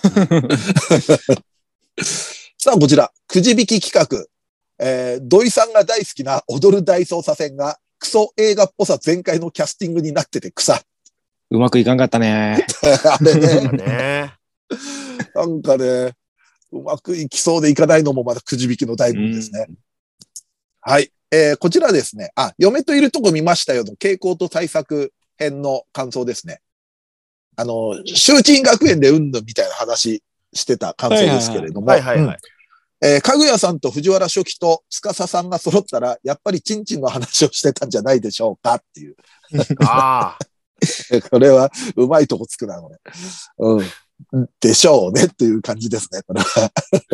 さあ、こちら。くじ引き企画。えー、土井さんが大好きな踊る大捜査線がクソ映画っぽさ全開のキャスティングになってて草。 うまくいかんかったね。 あれね。なんかね、うまくいきそうでいかないのもまだくじ引きの醍醐味ですね。うん、はい。えー、こちらですね。あ、嫁といるとこ見ましたよの傾向と対策編の感想ですね。あの、修珍学園でうんぬんみたいな話してた感想ですけれども。はいはいはい。えー、かぐやさんと藤原初期と司さんが揃ったら、やっぱりチンチンの話をしてたんじゃないでしょうかっていう。ああ。これは、うまいとこつくな、これ。うん。でしょうねっていう感じですね、これは。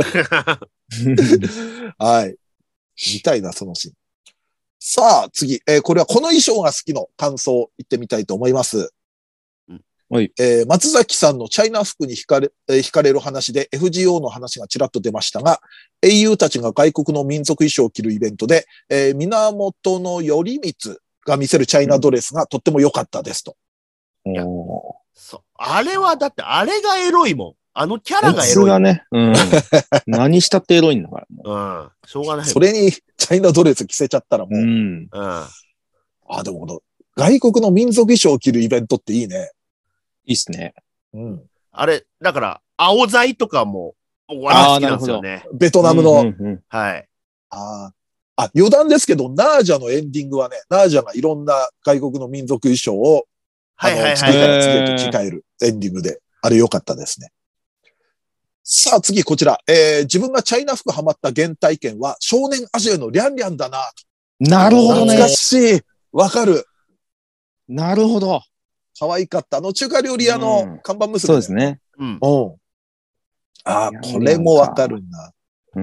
はい。見たいな、そのシーン。さあ、次。えー、これはこの衣装が好きの感想言ってみたいと思います。はい。えー、松崎さんのチャイナ服に惹かれ、えー、惹かれる話で エフジーオー の話がちらっと出ましたが、英雄たちが外国の民族衣装を着るイベントで、えー、源頼光が見せるチャイナドレスがとっても良かったですと。 いや、そう。あれは、だってあれがエロいもん。あのキャラがエロい。 がね。うん。何したってエロいんだから。 うん。しょうがない。 それにチャイナドレス着せちゃったらもう。うん。うん、あ、でもこの外国の民族衣装を着るイベントっていいね。 いいっすね。 うん。あれ、だから、青材とかも、俺は好きなんですよね。 ベトナムの。うんうんうん、はい。 ああ。余談ですけど、ナージャのエンディングはね、ナージャがいろんな外国の民族衣装を、はいはいはい。次から次へと着替えるエンディングで、あれ良かったですね。さあ次こちら、えー、自分がチャイナ服ハマった原体験は少年アジアのリャンリャンだな。 なるほどね。 懐かしい。わかる。 なるほど。 可愛かった。あの中華料理屋の看板娘、ねうん。 そうですね。 うん。ああ、これもわかるな。うん。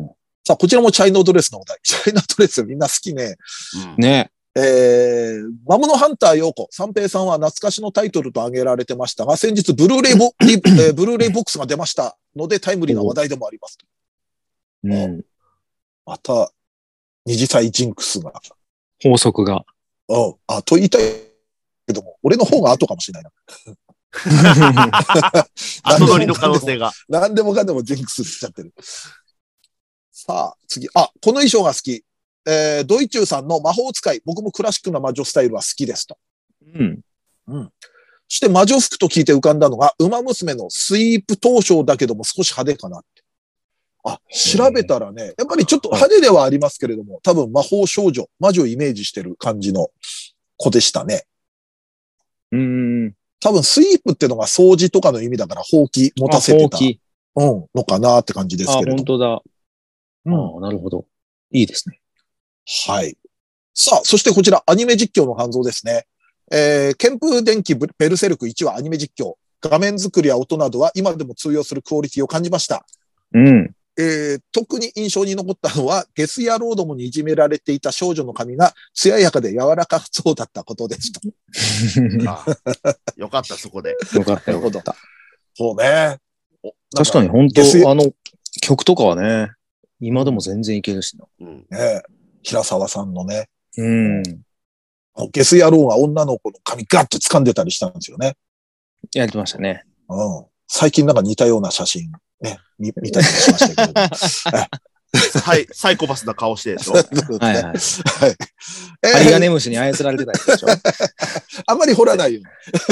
さあ、こちらもチャイナドレスのお題。チャイナドレスみんな好きね。 うん、ね。 えー、魔物ハンター陽子、三平さんは懐かしのタイトルと挙げられてましたが、先日ブルーレイボ、えー、ブルーレイボックスが出ましたのでタイムリーな話題でもあります。うん、また、二次祭ジンクスが。 法則が。 うん。あ、と言いたいけども、俺の方が後かもしれないな。 後乗りの可能性が。 何でもかんでもジンクスしちゃってる。さあ、次。あ、この衣装が好き。えー、ドイチューさんの魔法使い、僕もクラシックな魔女スタイルは好きですと。うん。うん。そして魔女服と聞いて浮かんだのが、馬娘のスイープ刀匠だけども少し派手かなって。あ、調べたらね、やっぱりちょっと派手ではありますけれども、多分魔法少女、魔女をイメージしてる感じの子でしたね。うん。多分スイープってのが掃除とかの意味だから、ほうき持たせてた。うん、のかなって感じですけれども。 あ、本当だ。うん。あ、なるほど。いいですね。 はい。さあ、そしてこちら、アニメ実況の感想ですね。えー、剣風伝記ベルセルクいちはアニメ実況。画面作りや音などは今でも通用するクオリティを感じました。うん。えー、特に印象に残ったのは、ゲス野郎どもにいじめられていた少女の髪が艶やかで柔らかそうだったことでした。 ああよかった、そこで。 よかったよかった。 そうね。 確かに本当、あの、曲とかはね、今でも全然いけるしな。 うん、ね平沢さんのね。うん。ゲス野郎が女の子の髪ガッと掴んでたりしたんですよね。 やってましたね。 うん。 最近なんか似たような写真、ね、見、見たりしましたけど。 はい、サイコパスな顔してでしょ。 はいはい。 はい。 ハリガネムシに操られてたやつでしょ。 あんまり掘らないよう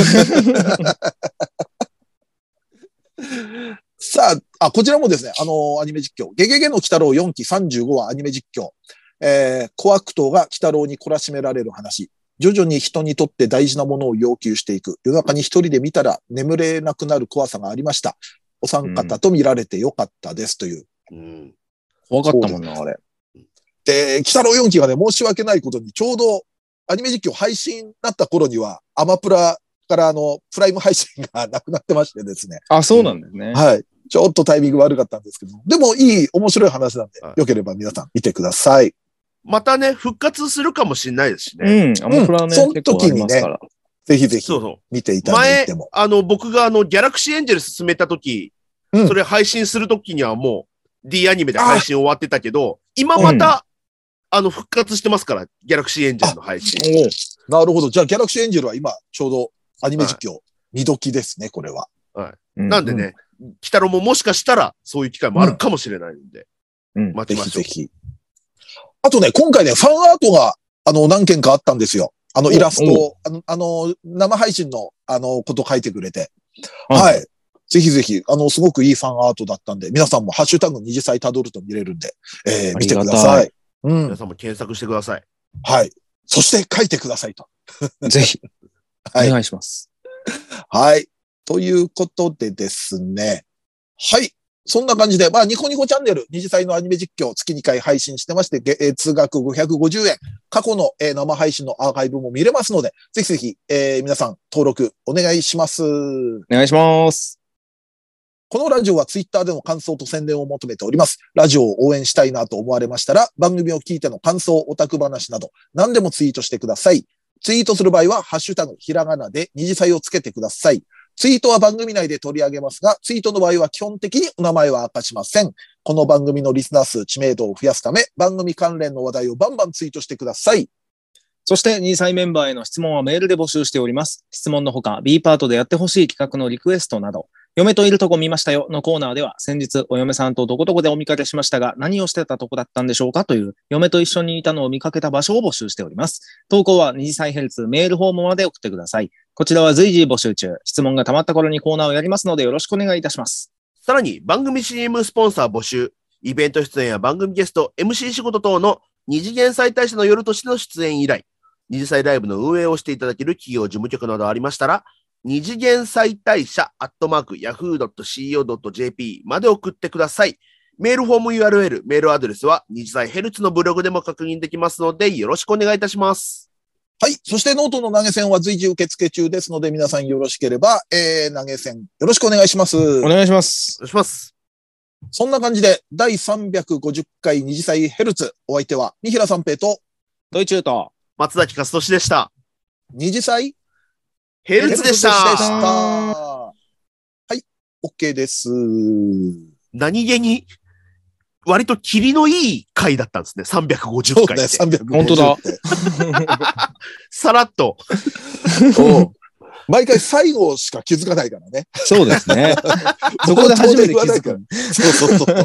に。さあ、あ、こちらもですね、あのーアニメ実況。ゲゲゲの鬼太郎よんきさんじゅうごわアニメ実況。えー、小悪党が鬼太郎に懲らしめられる話。徐々に人にとって大事なものを要求していく。夜中に一人で見たら眠れなくなる怖さがありました。お三方と見られてよかったですという。 うん、 怖かったもんな、あれ。 で、鬼太郎よんきがね、申し訳ないことに、ちょうどアニメ実況配信になった頃には、アマプラからあの、プライム配信がなくなってましてですね。 あ、そうなんですね。 はい。ちょっとタイミング悪かったんですけど、でもいい、面白い話なんで、 はい、 よければ皆さん見てください。 またね、復活するかもしれないですしね。 うん、アマプラね、 その時にね、ぜひぜひ見ていただいても。 前、あの、僕があの、ギャラクシーエンジェル進めた時、うん、それ配信する時にはもう D アニメで配信終わってたけど、今また、うん、あの、復活してますから、ギャラクシーエンジェルの配信。 なるほど。じゃあ、ギャラクシーエンジェルは今、ちょうどアニメ実況、はい、見時ですね、これは。 はい。うん、なんでね、鬼太郎ももしかしたら、そういう機会もあるかもしれないんで、うん、待ちましょう。ぜひぜひ。 あとね、今回ね、ファンアートが、あの、何件かあったんですよ。あの、イラスト、あの、あの、生配信の、あの、こと書いてくれて。はい。ぜひぜひ、あの、すごくいいファンアートだったんで、皆さんもハッシュタグ二次祭たどると見れるんで、えー、見てください。 うん。皆さんも検索してください。 はい。そして書いてくださいと。 ぜひ。はい。お願いします。 はい。ということでですね。はい。そんな感じで、まあ、ニコニコチャンネル、二次祭のアニメ実況、月にかい配信してまして、えー、通学ごひゃくごじゅうえん、過去の、えー、生配信のアーカイブも見れますので、ぜひぜひ、えー、皆さん登録お願いします。お願いします。 このラジオはツイッターでの感想と宣伝を求めております。ラジオを応援したいなと思われましたら、番組を聞いての感想、オタク話など、何でもツイートしてください。ツイートする場合は、ハッシュタグ、ひらがなで二次祭をつけてください。ツイートは番組内で取り上げますが、ツイートの場合は基本的にお名前は明かしません。この番組のリスナー数、知名度を増やすため、番組関連の話題をバンバンツイートしてください。 そして、にさいメンバーへの質問はメールで募集しております。質問のほか、B パートでやってほしい企画のリクエストなど、嫁といるとこ見ましたよのコーナーでは、先日お嫁さんとどこどこでお見かけしましたが、何をしてたとこだったんでしょうかという、嫁と一緒にいたのを見かけた場所を募集しております。投稿は二次祭ヘルツメールフォームまで送ってください。こちらは随時募集中。質問が溜まった頃にコーナーをやりますのでよろしくお願いいたします。 さらに番組 シーエム スポンサー募集、イベント出演や番組ゲスト、エムシー 仕事等の二次元再大社の夜としての出演依頼、二次祭ライブの運営をしていただける企業事務局などありましたら、二次元再大社アットマーク ヤフードットシーオードットジェーピー まで送ってください。メールフォーム ユーアールエル、メールアドレスは二次祭ヘルツのブログでも確認できますのでよろしくお願いいたします。 はい。そしてノートの投げ銭は随時受付中ですので皆さんよろしければ、えー、投げ銭よろしくお願いします。 お願いします。 お願いします。 そんな感じでだいさんびゃくごじゅっかい二次祭ヘルツ、お相手は三平三平とドイチューと松崎勝利でした。 二次祭ヘルツでした。 はい、OK です。 何気に、割と霧のいい回だったんですね。さんびゃくごじゅっかいって。 そうね、さんびゃくごじゅうって。 本当だ。 さらっと。 毎回最後しか気づかないからね。 そうですね。そこで初めて気づく。 そうそうそう。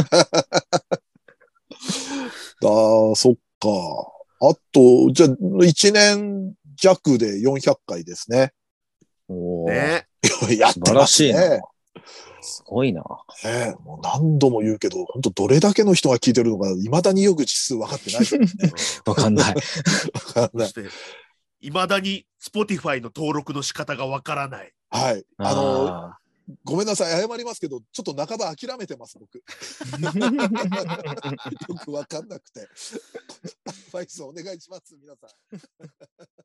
ああ、そっか。あと、じゃあ、いちねん弱でよんひゃっかいですね。 おー。 ね。 やってますね。 素晴らしいな。すごいな。 ね、もう何度も言うけど、本当どれだけの人が聞いてるのか、未だによく実数分かってないからね。 わかんない。 わかんない。 未だに Spotify の登録の仕方がわからない。 はい。あの、あごめんなさい、謝りますけど、ちょっと半ば諦めてます、僕。よくわかんなくて。アドバイスお願いします、皆さん。